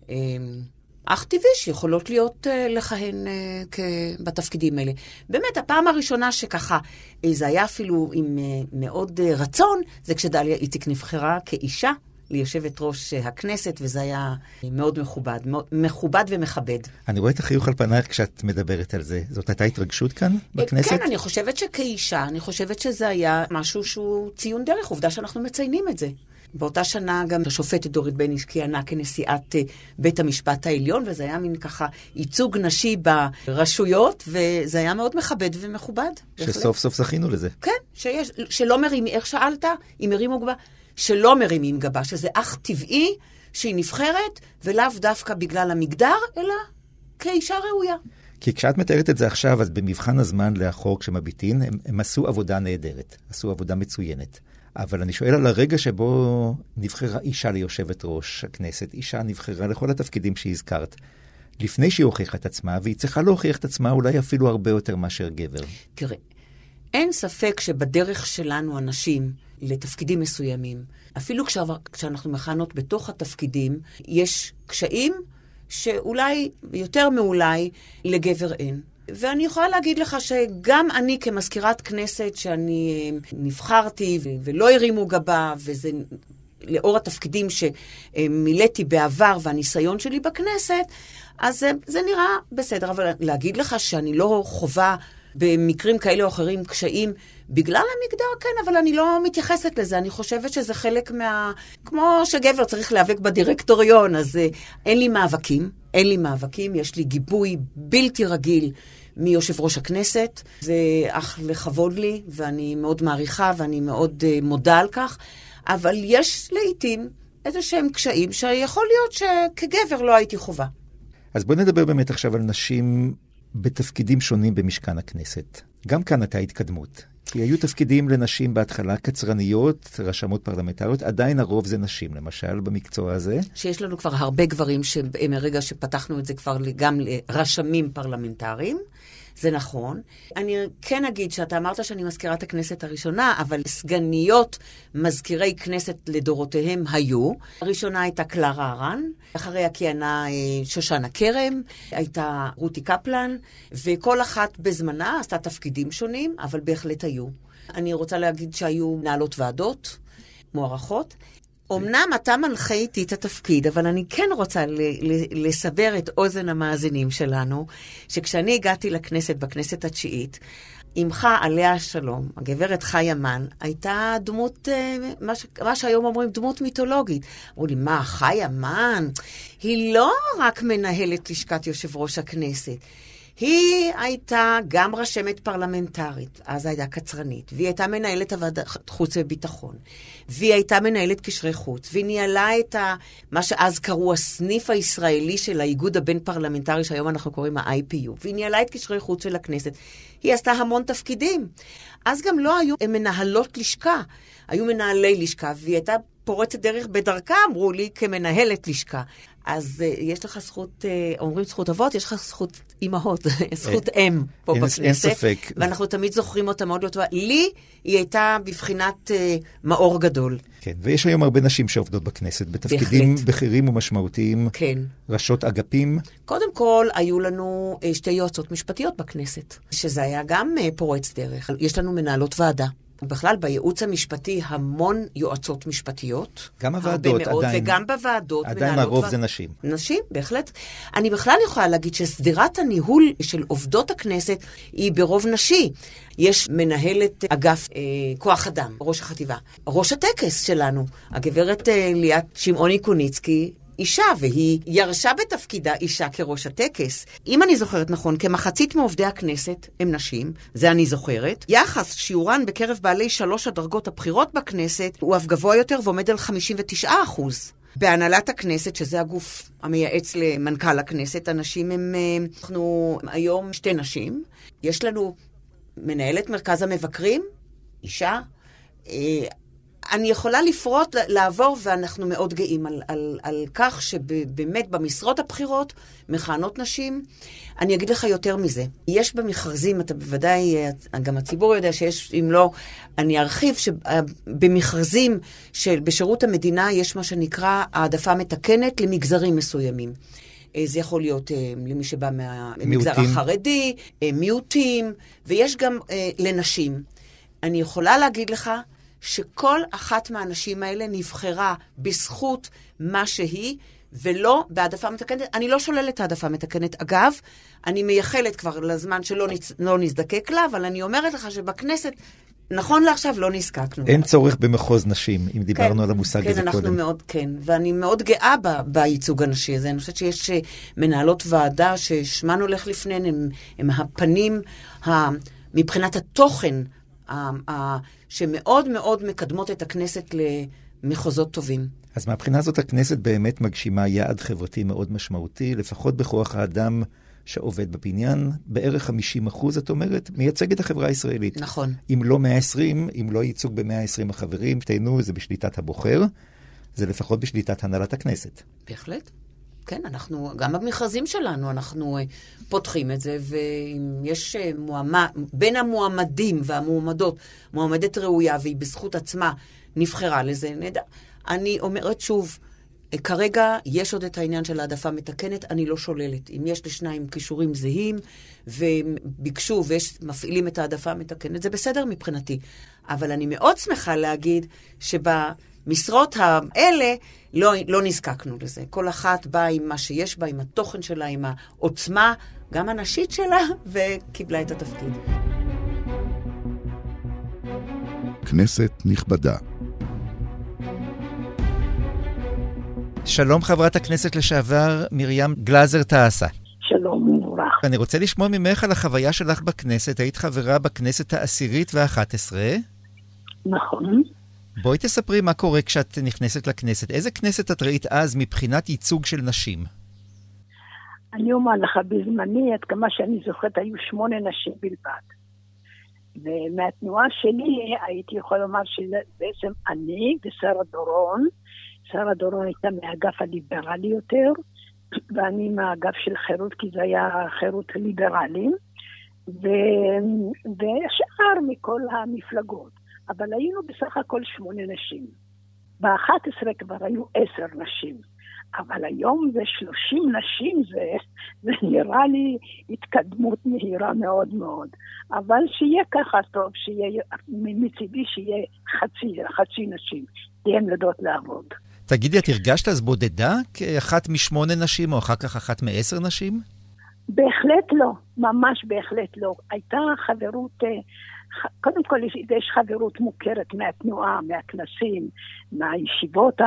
אך טבעי שיכולות להיות לכהן בתפקידים האלה. באמת, הפעם הראשונה שככה, זה היה אפילו עם מאוד רצון, זה כשדליה איציק נבחרה כאישה ליושבת ראש הכנסת, וזה היה מאוד מכובד, מכובד ומכבד. אני רואה את החיוך על פנייך כשאת מדברת על זה. זאת הייתה התרגשות כאן בכנסת? כן, אני חושבת שכאישה, אני חושבת שזה היה משהו שהוא ציון דרך, עובדה שאנחנו מציינים את זה. באותה שנה גם השופטת דורית בייניש כיהנה כנשיאת בית המשפט העליון, וזה היה מין ככה ייצוג נשי ברשויות, וזה היה מאוד מכבד ומכובד. שסוף סוף זכינו לזה. כן, שלא מרימים, איך שאלת, אם הרימו גבה, שלא מרימים גבה, שזה אך טבעי שהיא נבחרת, ולאו דווקא בגלל המגדר, אלא כאישה ראויה. כי כשאת מתארת את זה עכשיו, אז במבחן הזמן לאחור כשמביטין, הם עשו עבודה נהדרת, עשו עבודה מצוינת. אבל אני שואל על הרגע שבו נבחרה אישה ליושבת ראש הכנסת, אישה נבחרה לכל התפקידים שהזכרת, לפני שהיא הוכיחה את עצמה, והיא צריכה להוכיח את עצמה אולי אפילו הרבה יותר מאשר גבר. תראה, אין ספק שבדרך שלנו אנשים לתפקידים מסוימים, אפילו כשאנחנו מכנות בתוך התפקידים, יש קשיים שאולי יותר מאולי לגבר אין. ואני יכולה להגיד לך שגם אני כמזכירת כנסת שאני נבחרתי ולא הרימו גבה, וזה לאור התפקידים שמילאתי בעבר והניסיון שלי בכנסת, אז זה נראה בסדר. אבל להגיד לך שאני לא חובה במקרים כאלה או אחרים קשיים בגלל המגדר, כן, אבל אני לא מתייחסת לזה. אני חושבת שזה חלק כמו שגבר צריך להיאבק בדירקטוריון, אז אין לי מאבקים, יש לי גיבוי בלתי רגיל מיושב ראש הכנסת, זה אך לכבוד לי, ואני מאוד מעריכה, ואני מאוד מודה על כך, אבל יש לעתים איזה שהם קשיים, שיכול להיות שכגבר לא הייתי חובה. אז בואי נדבר באמת עכשיו על נשים בתפקידים שונים במשכן הכנסת. גם כאן הייתה התקדמות. כי היו תפקידים לנשים בהתחלה קצרניות, רשמות פרלמנטריות, עדיין הרוב זה נשים, למשל, במקצוע הזה. שיש לנו כבר הרבה גברים שמרגע שפתחנו את זה כבר גם לרשמים פרלמנטריים, זה נכון. אני כן אגיד שאתה אמרת שאני מזכירת הכנסת הראשונה, אבל סגניות מזכירי כנסת לדורותיהם היו. הראשונה הייתה קלרה ארן, אחריה כיהנה שושנה קרם, הייתה רותי קפלן, וכל אחת בזמנה עשתה תפקידים שונים, אבל בהחלט היו. אני רוצה להגיד שהיו מנהלות ועדות, מוערכות. אמנם אתה מנחה איתי את התפקיד, אבל אני כן רוצה לסבר את אוזן המאזינים שלנו, שכשאני הגעתי לכנסת, בכנסת התשיעית, אמך עליה השלום, הגברת חיה מן, הייתה דמות, מה שהיום אומרים, דמות מיתולוגית. אמרו לי, מה, חיה מן? היא לא רק מנהלת לשכת יושב ראש הכנסת, היא הייתה גם רשמת פרלמנטרית, אז הייתה קצרנית, והיא הייתה מנהלת הוועדת חוץ וביטחון, והיא הייתה מנהלת קשרי חוץ, והיא ניהלה את מה שאז קראו הסניף הישראלי של האיגוד הבין פרלמנטרי, שהיום אנחנו קוראים ה-IPU, והיא ניהלה את קשרי חוץ של הכנסת. היא עשתה המון תפקידים. אז גם לא היו מנהלות לשכה, היו מנהלי לשכה, והיא הייתה פורצת דרך בדרכה, אמרו לי, כמנהלת לשכה. אז יש לך זכות, אומרים זכות אבות, יש לך זכות אימהות, זכות אם פה בכנסת. אין ספק. ואנחנו תמיד זוכרים אותה מאוד לא טובה. לי היא הייתה בבחינת מאור גדול. כן, ויש היום הרבה נשים שעובדות בכנסת, בתפקידים בכירים ומשמעותיים. כן. ראשות אגפים. קודם כל, היו לנו 2 יועצות משפטיות בכנסת, שזה היה גם פורץ דרך. יש לנו מנהלות ועדה. בכלל בייעוץ המשפטי המון יועצות משפטיות. גם הוועדות עדיין. וגם בוועדות. עדיין הרוב זה נשים. נשים, בהחלט. אני בכלל יכולה להגיד שסדירת הניהול של עובדות הכנסת היא ברוב נשי. יש מנהלת אגף כוח אדם, ראש החטיבה. ראש הטקס שלנו, הגברת ליאת שמעוני קוניצקי, אישה, והיא ירשה בתפקידה אישה כראש הטקס. אם אני זוכרת נכון, כמחצית מעובדי הכנסת הם נשים, זה אני זוכרת. יחס שיעורן בקרב בעלי 3 הדרגות הבכירות בכנסת הוא אף גבוה יותר ועומד על 59%. בהנהלת הכנסת, שזה הגוף המייעץ למנכ"ל הכנסת, הנשים הם, אנחנו היום 2 נשים. יש לנו מנהלת מרכז המבקרים, אישה, אני יכולה לפרוט, לעבור, ואנחנו מאוד גאים על כך שבאמת במשרות הבחירות מכהנות נשים. אני אגיד לך יותר מזה. יש במכרזים, אתה בוודאי, גם הציבור יודע שיש, אם לא, אני ארחיב, שבמכרזים בשירות המדינה יש מה שנקרא העדפה מתקנת למגזרים מסוימים. זה יכול להיות למי שבא מהמגזר החרדי, מיעוטים, ויש גם לנשים. אני יכולה להגיד לך, שכל אחת מהאנשים האלה נבחרה בזכות מה שהיא, ולא בהעדפה מתקנת. אני לא שוללת העדפה מתקנת. אגב, אני מייחלת כבר לזמן שלא נזדקק לה, אבל אני אומרת לך שבכנסת, נכון לעכשיו, לא נזקקנו. אין צורך במחוז נשים, אם דיברנו על המושג הזה קודם. כן, אנחנו מאוד, כן. ואני מאוד גאה בייצוג הנשי הזה. אני חושבת שיש מנהלות ועדה ששמן הולך לפניהן, הם הפנים, מבחינת התוכן, שמאוד מאוד מקדמות את הכנסת למחוזות טובים. אז מהבחינה הזאת הכנסת באמת מגשימה יעד חברתי מאוד משמעותי, לפחות בכוח האדם שעובד בבניין, בערך 50%, את אומרת, מייצג את החברה הישראלית. נכון. אם לא 120, אם לא ייצוג ב-120 החברים, תהיינו, זה בשליטת הבוחר, זה לפחות בשליטת הנהלת הכנסת. בהחלט. כן, אנחנו, גם במכרזים שלנו, אנחנו פותחים את זה, ואם יש בין המועמדים והמועמדות, מועמדת ראויה, והיא בזכות עצמה נבחרה לזה, נדע. אני אומרת שוב, כרגע יש עוד את העניין של העדפה מתקנת, אני לא שוללת. אם יש לשניים קישורים זהים, וביקשו ומפעילים את העדפה המתקנת, זה בסדר מבחינתי. אבל אני מאוד שמחה להגיד משרות האלה לא נזקקנו לזה. כל אחת באה עם מה שיש בה, עם התוכן שלה, עם העוצמה, גם הנשית שלה, וקיבלה את התפקיד. כנסת נכבדה. שלום חברת הכנסת לשעבר מרים גלזר תעשה. שלום מבורך. אני רוצה לשמוע ממך על החוויה שלך בכנסת. היית חברה בכנסת ה10 וה11. נכון. בואי תספרי מה קורה כשאת נכנסת לכנסת. איזה כנסת את ראית אז מבחינת ייצוג של נשים? אני אומר לך, בזמני, עד כמה שאני זוכרת, היו 8 נשים בלבד. ומהתנועה שלי הייתי יכול לומר שבעצם אני ושרה דורון, שרה דורון הייתה מהאגף הליברלי יותר, ואני מהאגף של חירות, כי זה היה חירות ליברלים, והשאר מכל המפלגות. אבל היינו בסך הכל 8 נשים. ב-11 כבר היו 10 נשים. אבל היום זה 30 נשים, זה נראה לי התקדמות מהירה מאוד מאוד. אבל שיהיה ככה טוב, שיהיה מצידי שיהיה חצי נשים. תהיינו יודעות לעבוד. תגידי, את הרגשת אז בודדה כאחת מ8 נשים או אחר כך אחת מ10 נשים? בהחלט לא, ממש בהחלט לא. הייתה חברות, קודם כל יש חברות מוכרת מהתנועה, מהכנסים, מהישיבות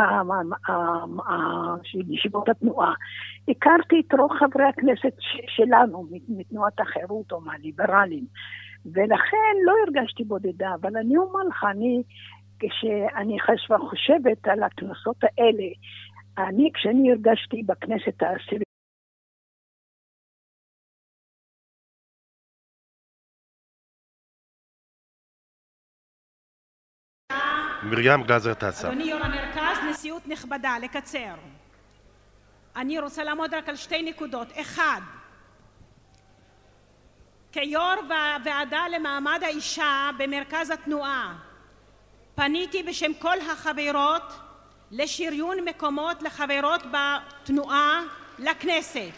ישיבות התנועה. הכרתי את רוב חברי הכנסת שלנו, מתנועת החירות או מהליברלים, ולכן לא הרגשתי בודדה, אבל אני אומר לך, כשאני חושבת על הכנסות האלה, כשאני הרגשתי בכנסת ה10, מרים גלזר תעשה. אדוני יו"ר המרכז, נשיאות נכבדה, לקצר. אני רוצה לעמוד רק על 2 נקודות. 1. כיו"ר ועדה למעמד האישה במרכז התנועה, פניתי בשם כל החברות לשריון מקומות לחברות בתנועה לכנסת.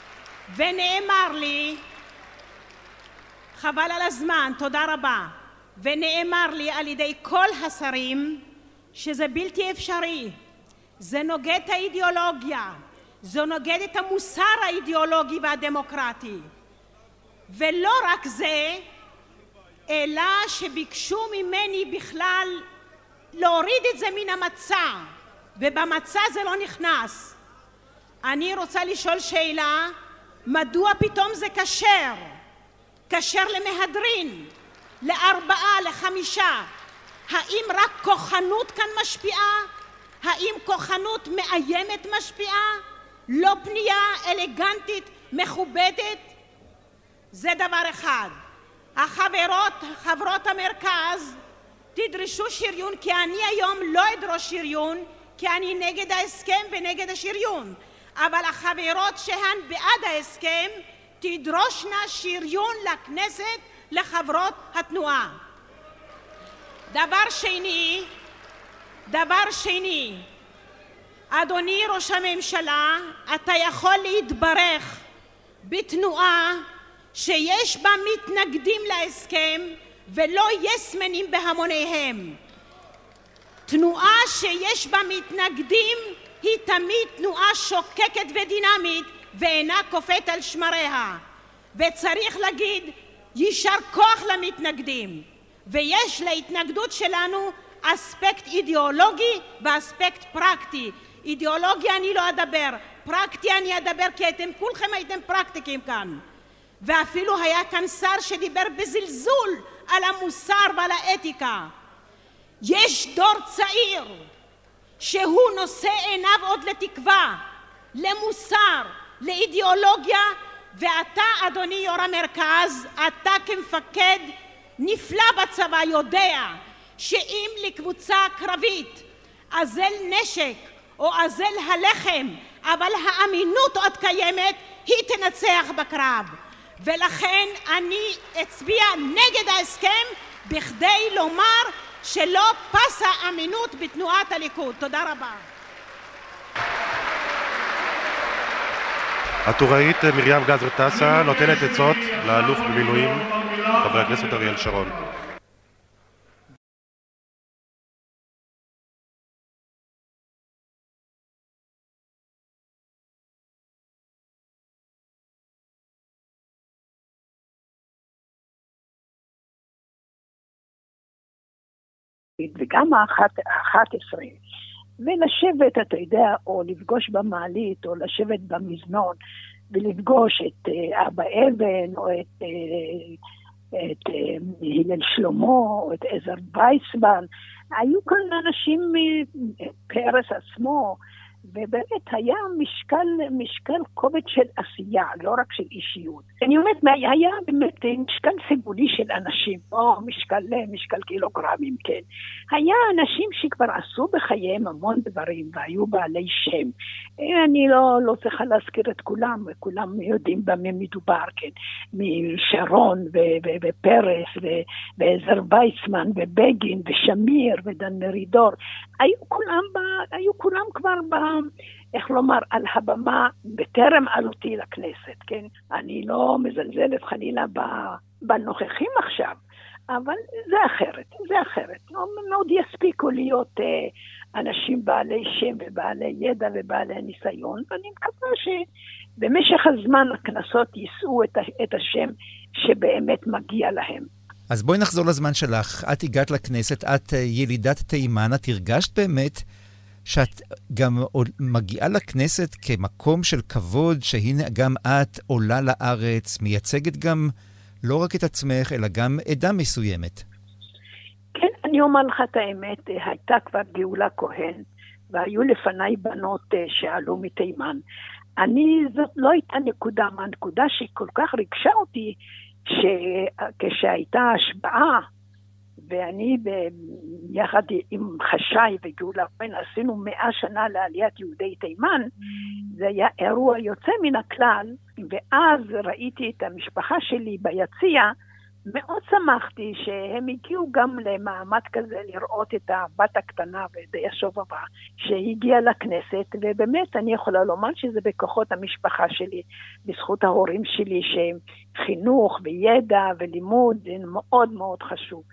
ונאמר לי, חבל על הזמן, תודה רבה. ונאמר לי על ידי כל השרים שזה בלתי אפשרי. זה נוגד את האידיאולוגיה, זה נוגד את המוסר האידיאולוגי והדמוקרטי. ולא רק זה, אלא שביקשו ממני בכלל להוריד את זה מן המצע, ובמצע זה לא נכנס. אני רוצה לשאול שאלה, מדוע פתאום זה כשר? כשר למהדרין, ל4, ל5. האם רק כוחנות כאן משפיעה? האם כוחנות מאיימת משפיעה? לא פנייה אלגנטית, מכובדת? זה דבר אחד. חברות המרכז, תדרשו שריון, כי אני היום לא אדרוש שריון, כי אני נגד ההסכם ונגד השריון. אבל החברות שהן בעד ההסכם, תדרושנה שריון לכנסת לחברות התנועה. דבר שני, אדוני ראש הממשלה, אתה יכול להתברך בתנועה שיש בה מתנגדים להסכם ולא יסמנים בהמוניהם. תנועה שיש בה מתנגדים היא תמיד תנועה שוקקת ודינמית ואינה קופאת על שמריה. וצריך להגיד יישר כוח למתנגדים. ויש להתנגדות שלנו אספקט אידיאולוגי ואספקט פרקטי. אידיאולוגיה אני לא אדבר, פרקטי אני אדבר, כי כולכם הייתם פרקטיקים כאן. ואפילו היה כאן שר שדיבר בזלזול על המוסר ועל האתיקה. יש דור צעיר שהוא נושא עיניו עוד לתקווה, למוסר, לאידיאולוגיה, ואתה אדוני יו"ר המרכז, אתה כמפקד נפלא בצבא יודע שאם לקבוצה קרבית אזל נשק או אזל הלחם, אבל האמינות עוד קיימת, היא תנצח בקרב. ולכן אני אצביע נגד ההסכם בכדי לומר שלא פסה אמינות בתנועת הליכוד. תודה רבה. הטוראית מרים גלזר תעשה נותנת עצות לאלוף במילואים חבר הכנסת אריאל שרון. וגם ה-11, ולשבת, אתה יודע, או לפגוש במעלית, או לשבת במזנון, ולפגוש את אבא אבן, או את הלל שלמה, או את עזר וייסמן. היו כאן אנשים, פרס עצמו, ובאמת היה משקל כובד של עשייה, לא רק של אישיות. אני אומרת, היה באמת משקל סימבולי של אנשים, או משקל קילוגרמים, כן. היה אנשים שכבר עשו בחייהם המון דברים, והיו בעלי שם. אני לא צריכה להזכיר את כולם, וכולם יודעים במה מדובר, כן. משרון ופרס ועזר וייסמן ובגין ושמיר ודן מרידור. היו כולם כבר איך לומר, על הבמה בטרם עלותי לכנסת, כן? אני לא מזלזלת חלילה בנוכחים עכשיו, אבל זה אחרת. מאוד יספיקו להיות אנשים בעלי שם ובעלי ידע ובעלי ניסיון, ואני מקווה שבמשך הזמן הכנסות יישאו את השם שבאמת מגיע להם. אז בואי נחזור לזמן שלך. את הגעת לכנסת, את ילידת תימן, את הרגשת באמת שאת גם מגיעה לכנסת כמקום של כבוד, שהנה גם את עולה לארץ, מייצגת גם לא רק את עצמך, אלא גם עדה מסוימת. כן, אני אומר לך את האמת, הייתה כבר גאולה כהן, והיו לפניי בנות שעלו מתימן. זאת לא הייתה נקודה, מהנקודה שכל כך ריגשה אותי, כשהייתה השבעה, ואני יחד עם חשאי וגאולה כהן עשינו 100 שנה לעליית יהודי תימן, זה היה אירוע יוצא מן הכלל, ואז ראיתי את המשפחה שלי ביציע, מאוד שמחתי שהם הגיעו גם למעמד כזה לראות את הבת הקטנה ודי השובבה שהגיעה לכנסת, ובאמת אני יכולה לומר שזה בכוחות המשפחה שלי, בזכות ההורים שלי שחינוך וידע ולימוד זה מאוד מאוד חשוב.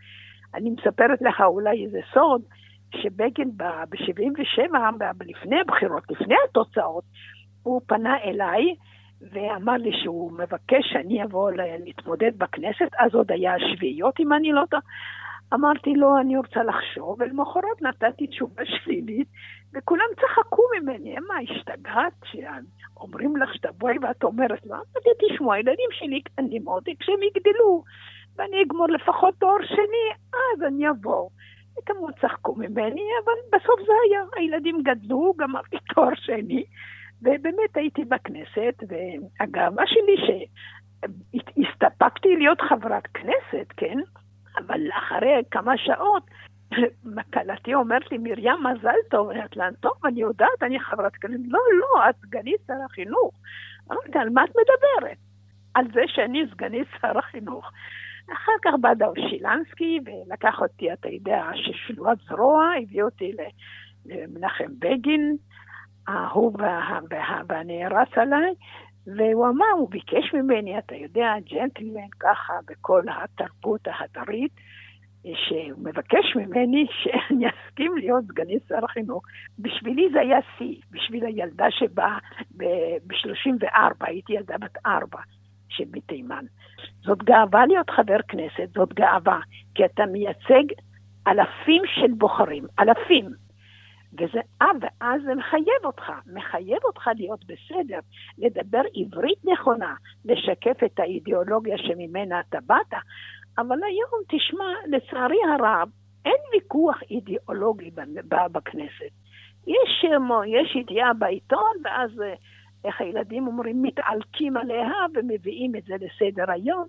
אני מספרת לך אולי איזה סוד, שבגין ב-77, לפני הבחירות, לפני התוצאות, הוא פנה אליי, ואמר לי שהוא מבקש שאני אבוא להתמודד בכנסת, אז עוד היה השביעיות אם אני לא טועה. אמרתי לו, אני רוצה לחשוב, ולמחרת נתתי תשובה שלילית, וכולם צחקו ממני, מה, השתגעת? שאומרים לך שתבואי ואת אומרת לו, אמרתי, תשמעו, הילדים שלי קטנים מאוד, כשהם יגדלו, ואני אגמור לפחות תואר שני, אז אני אבוא. וכמו צחקו ממני, אבל בסוף זה היה, הילדים גדלו, גמרתי תואר שני, ובאמת הייתי בכנסת, והגאווה שלי שהסתפקתי להיות חברת כנסת, כן? אבל אחרי כמה שעות, מקלתי אומרת לי, מרים מזל טוב, טוב, אני יודעת, אני חברת כנסת, לא, את סגנית שר החינוך. אמרתי, על מה את מדברת? על זה שאני סגנית שר החינוך. אחר כך בא דאו שילנסקי, ולקח אותי, אתה יודע, ששלועת זרוע, הביא אותי למנחם בגין, האהוב והנערץ עליי, והוא אמר, הוא ביקש ממני, אתה יודע, ג'נטלמן ככה, בכל התרבות ההדרית, שהוא מבקש ממני שאני אסכים להיות סגנית שר החינוך. בשבילי זה היה שיא, בשביל הילדה שבאה ב-34, הייתי ילדה בת 4, שבתימן. זאת גאווה להיות חבר כנסת, זאת גאווה, כי אתה מייצג אלפים של בוחרים, אלפים. ואז זה מחייב אותך להיות בסדר, לדבר עברית נכונה, לשקף את האידיאולוגיה שממנה אתה באת, אבל היום תשמע, לצערי הרב, אין ויכוח אידיאולוגי בכנסת. יש ידיעה בעיתון, ואז איך הילדים אומרים, מתעלקים עליה ומביאים את זה לסדר היום.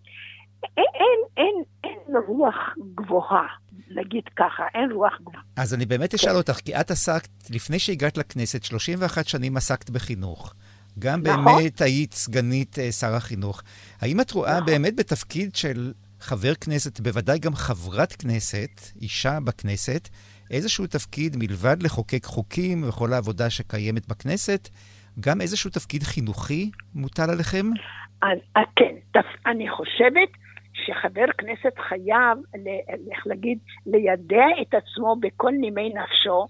אין רוח גבוהה, נגיד ככה, אין רוח גבוהה. אז אני באמת אשאל אותך, כי את עסקת, לפני שהגעת לכנסת, 31 שנים עסקת בחינוך. גם באמת היית סגנית שר החינוך. האם את רואה באמת בתפקיד של חבר כנסת, בוודאי גם חברת כנסת, אישה בכנסת, איזשהו תפקיד מלבד לחוקק חוקים וכל העבודה שקיימת בכנסת, גם איזשהו תפקיד חינוכי מוטל עליכם? כן, אני חושבת שחבר כנסת חייב, איך להגיד, לידע את עצמו בכל נימי נפשו,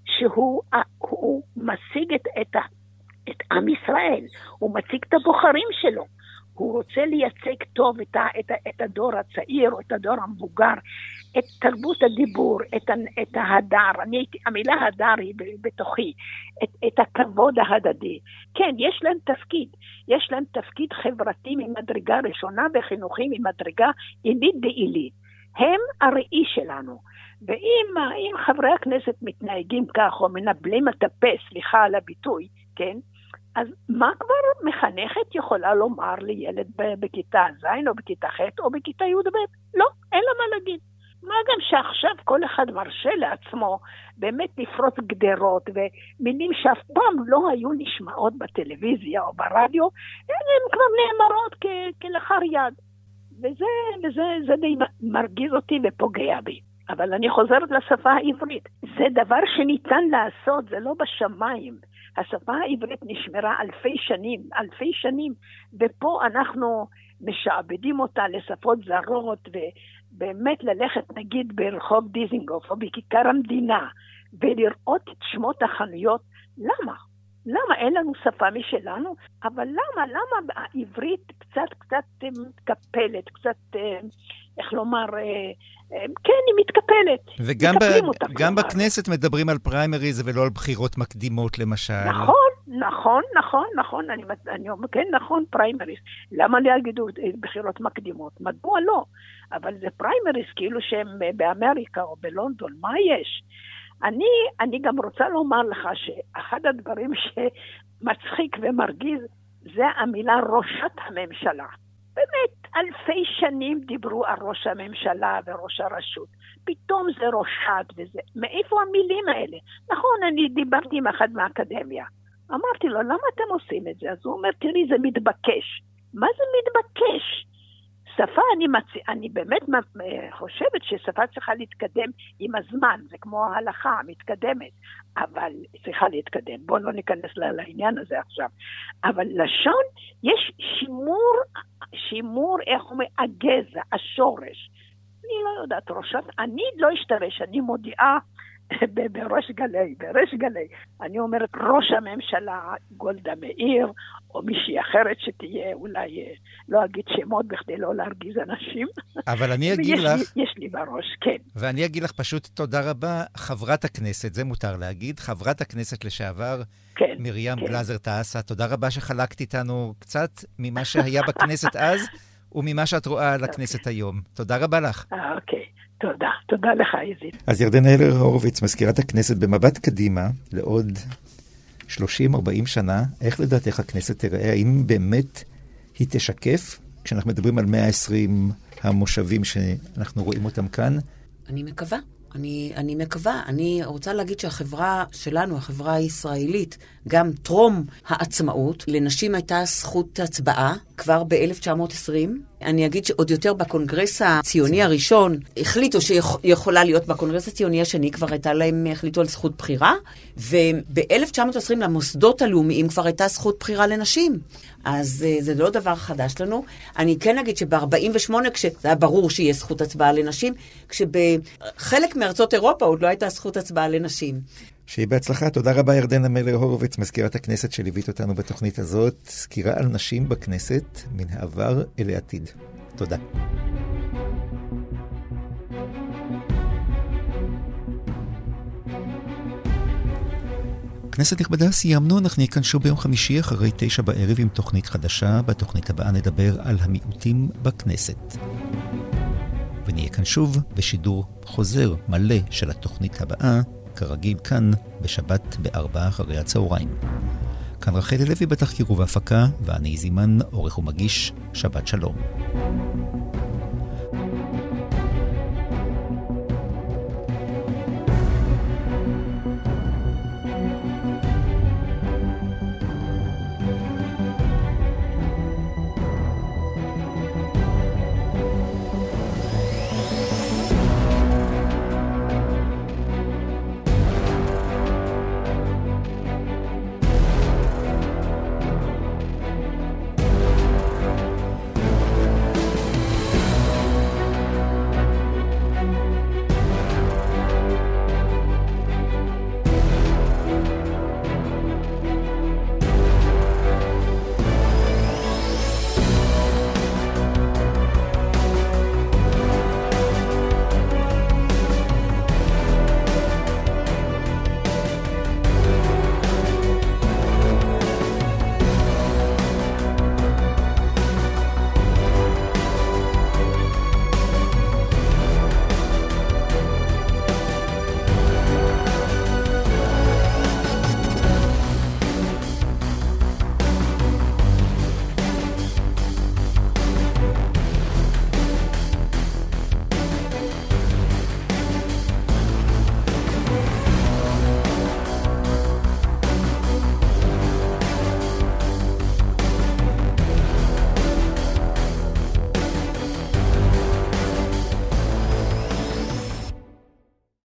שהוא משיג את עם ישראל, הוא מציג את הבוחרים שלו, הוא רוצה לייצג טוב את הדור הצעיר או את הדור המבוגר, את תרבות הדיבור, את ההדר, המילה הדר היא בתוכי, את הכבוד ההדדי. כן, יש להם תפקיד חברתי ממדרגה ראשונה וחינוכי ממדרגה עילית דעילית. הם הראי שלנו. ואם חברי הכנסת מתנהגים כך או מנבלים את הפה, סליחה על הביטוי, כן? אז מה כבר מחנכת יכולה לומר לילד בכיתה ז' או בכיתה ח' או בכיתה י' ב'? לא, אין לה מה להגיד. מה גם שעכשיו כל אחד מרשה לעצמו באמת לפרוץ גדרות ומילים שאף פעם לא היו נשמעות בטלוויזיה או ברדיו, הן כבר נאמרות כלאחר יד. וזה די מרגיז אותי ופוגע בי. אבל אני חוזרת לשפה העברית. זה דבר שניתן לעשות, זה לא בשמיים. השפה העברית נשמרה אלפי שנים, ופה אנחנו משעבדים אותה לשפות זרות, ובאמת ללכת נגיד ברחוב דיזינגוף או בכיכר המדינה, ולראות את שמות החנויות. למה? אין לנו שפה משלנו? אבל למה העברית קצת מתקפלת, קצת, איך לומר, כן, היא מתקפלת. וגם בכנסת מדברים על פריימריז ולא על בחירות מקדימות למשל. נכון, אני אומר, כן, נכון, פריימריז. למה להגידו בחירות מקדימות? מדוע לא? אבל זה פריימריז כאילו שהם באמריקה או בלונדון, מה יש? אני גם רוצה לומר לך שאחד הדברים שמצחיק ומרגיז זה המילה ראשת הממשלה. באמת, אלפי שנים דיברו על ראש הממשלה וראש הרשות. פתאום זה ראשת וזה. מאיפה המילים האלה? נכון, אני דיברתי עם אחד מהאקדמיה. אמרתי לו, למה אתם עושים את זה? אז הוא אומר, תראי, זה מתבקש. מה זה מתבקש? שפה, אני באמת חושבת ששפה צריכה להתקדם עם הזמן, זה כמו ההלכה, מתקדמת, אבל צריכה להתקדם. בואו לא ניכנס לעניין הזה עכשיו. אבל לשון, יש שימור, איך אומר, הגזע, השורש. אני לא יודעת, אני לא אשתמש, אני מודיעה בריש גלי. אני אומרת, ראש הממשלה גולדה מאיר, או מישהי אחרת שתהיה, אולי לא אגיד שמות בכדי לא להרגיז אנשים. אבל אני אגיד לך... יש לי בראש, כן. ואני אגיד לך פשוט תודה רבה, חברת הכנסת, זה מותר להגיד, חברת הכנסת לשעבר, כן, מרים כן. גלזר תעשה, תודה רבה שחלקת איתנו קצת ממה שהיה בכנסת אז, וממה שאת רואה על הכנסת היום. תודה רבה לך. אוקיי. תודה לך, יזית. אז ירדנה הלר הורוביץ, מזכירת הכנסת, במבט קדימה, לעוד 30-40 שנה, איך לדעתך הכנסת תראה? האם באמת היא תשקף, כשאנחנו מדברים על 120 המושבים שאנחנו רואים אותם כאן? אני מקווה. אני רוצה להגיד שהחברה שלנו, החברה הישראלית, גם טרום העצמאות, לנשים הייתה זכות הצבעה כבר ב-1920. אני אגיד שעוד יותר בקונגרס הציוני הראשון, החליטו שיכולה להיות בקונגרס הציוני השני, כבר הייתה להם, החליטו על זכות בחירה, וב-1920 למוסדות הלאומיים כבר הייתה זכות בחירה לנשים. אז זה לא דבר חדש לנו. אני כן אגיד שב-48, כשזה היה ברור שיהיה זכות הצבעה לנשים, כשבחלק מארצות אירופה עוד לא הייתה זכות הצבעה לנשים. שיהיה בהצלחה. תודה רבה ירדנה מלר הורוביץ, מזכירת הכנסת שליווית אותנו בתוכנית הזאת. סקירה על נשים בכנסת, מן העבר אל העתיד. תודה. כנסת נכבדה, סיימנו, אנחנו נהיה כאן שוב ביום חמישי אחרי 9 בערב עם תוכנית חדשה. בתוכנית הבאה נדבר על המיעוטים בכנסת. ונהיה כאן שוב בשידור חוזר מלא של התוכנית הבאה, כרגיל כאן בשבת ב16:00. כאן רחל לוי בתחקיר ובהפקה, ואני זימן, עורך ומגיש. שבת שלום.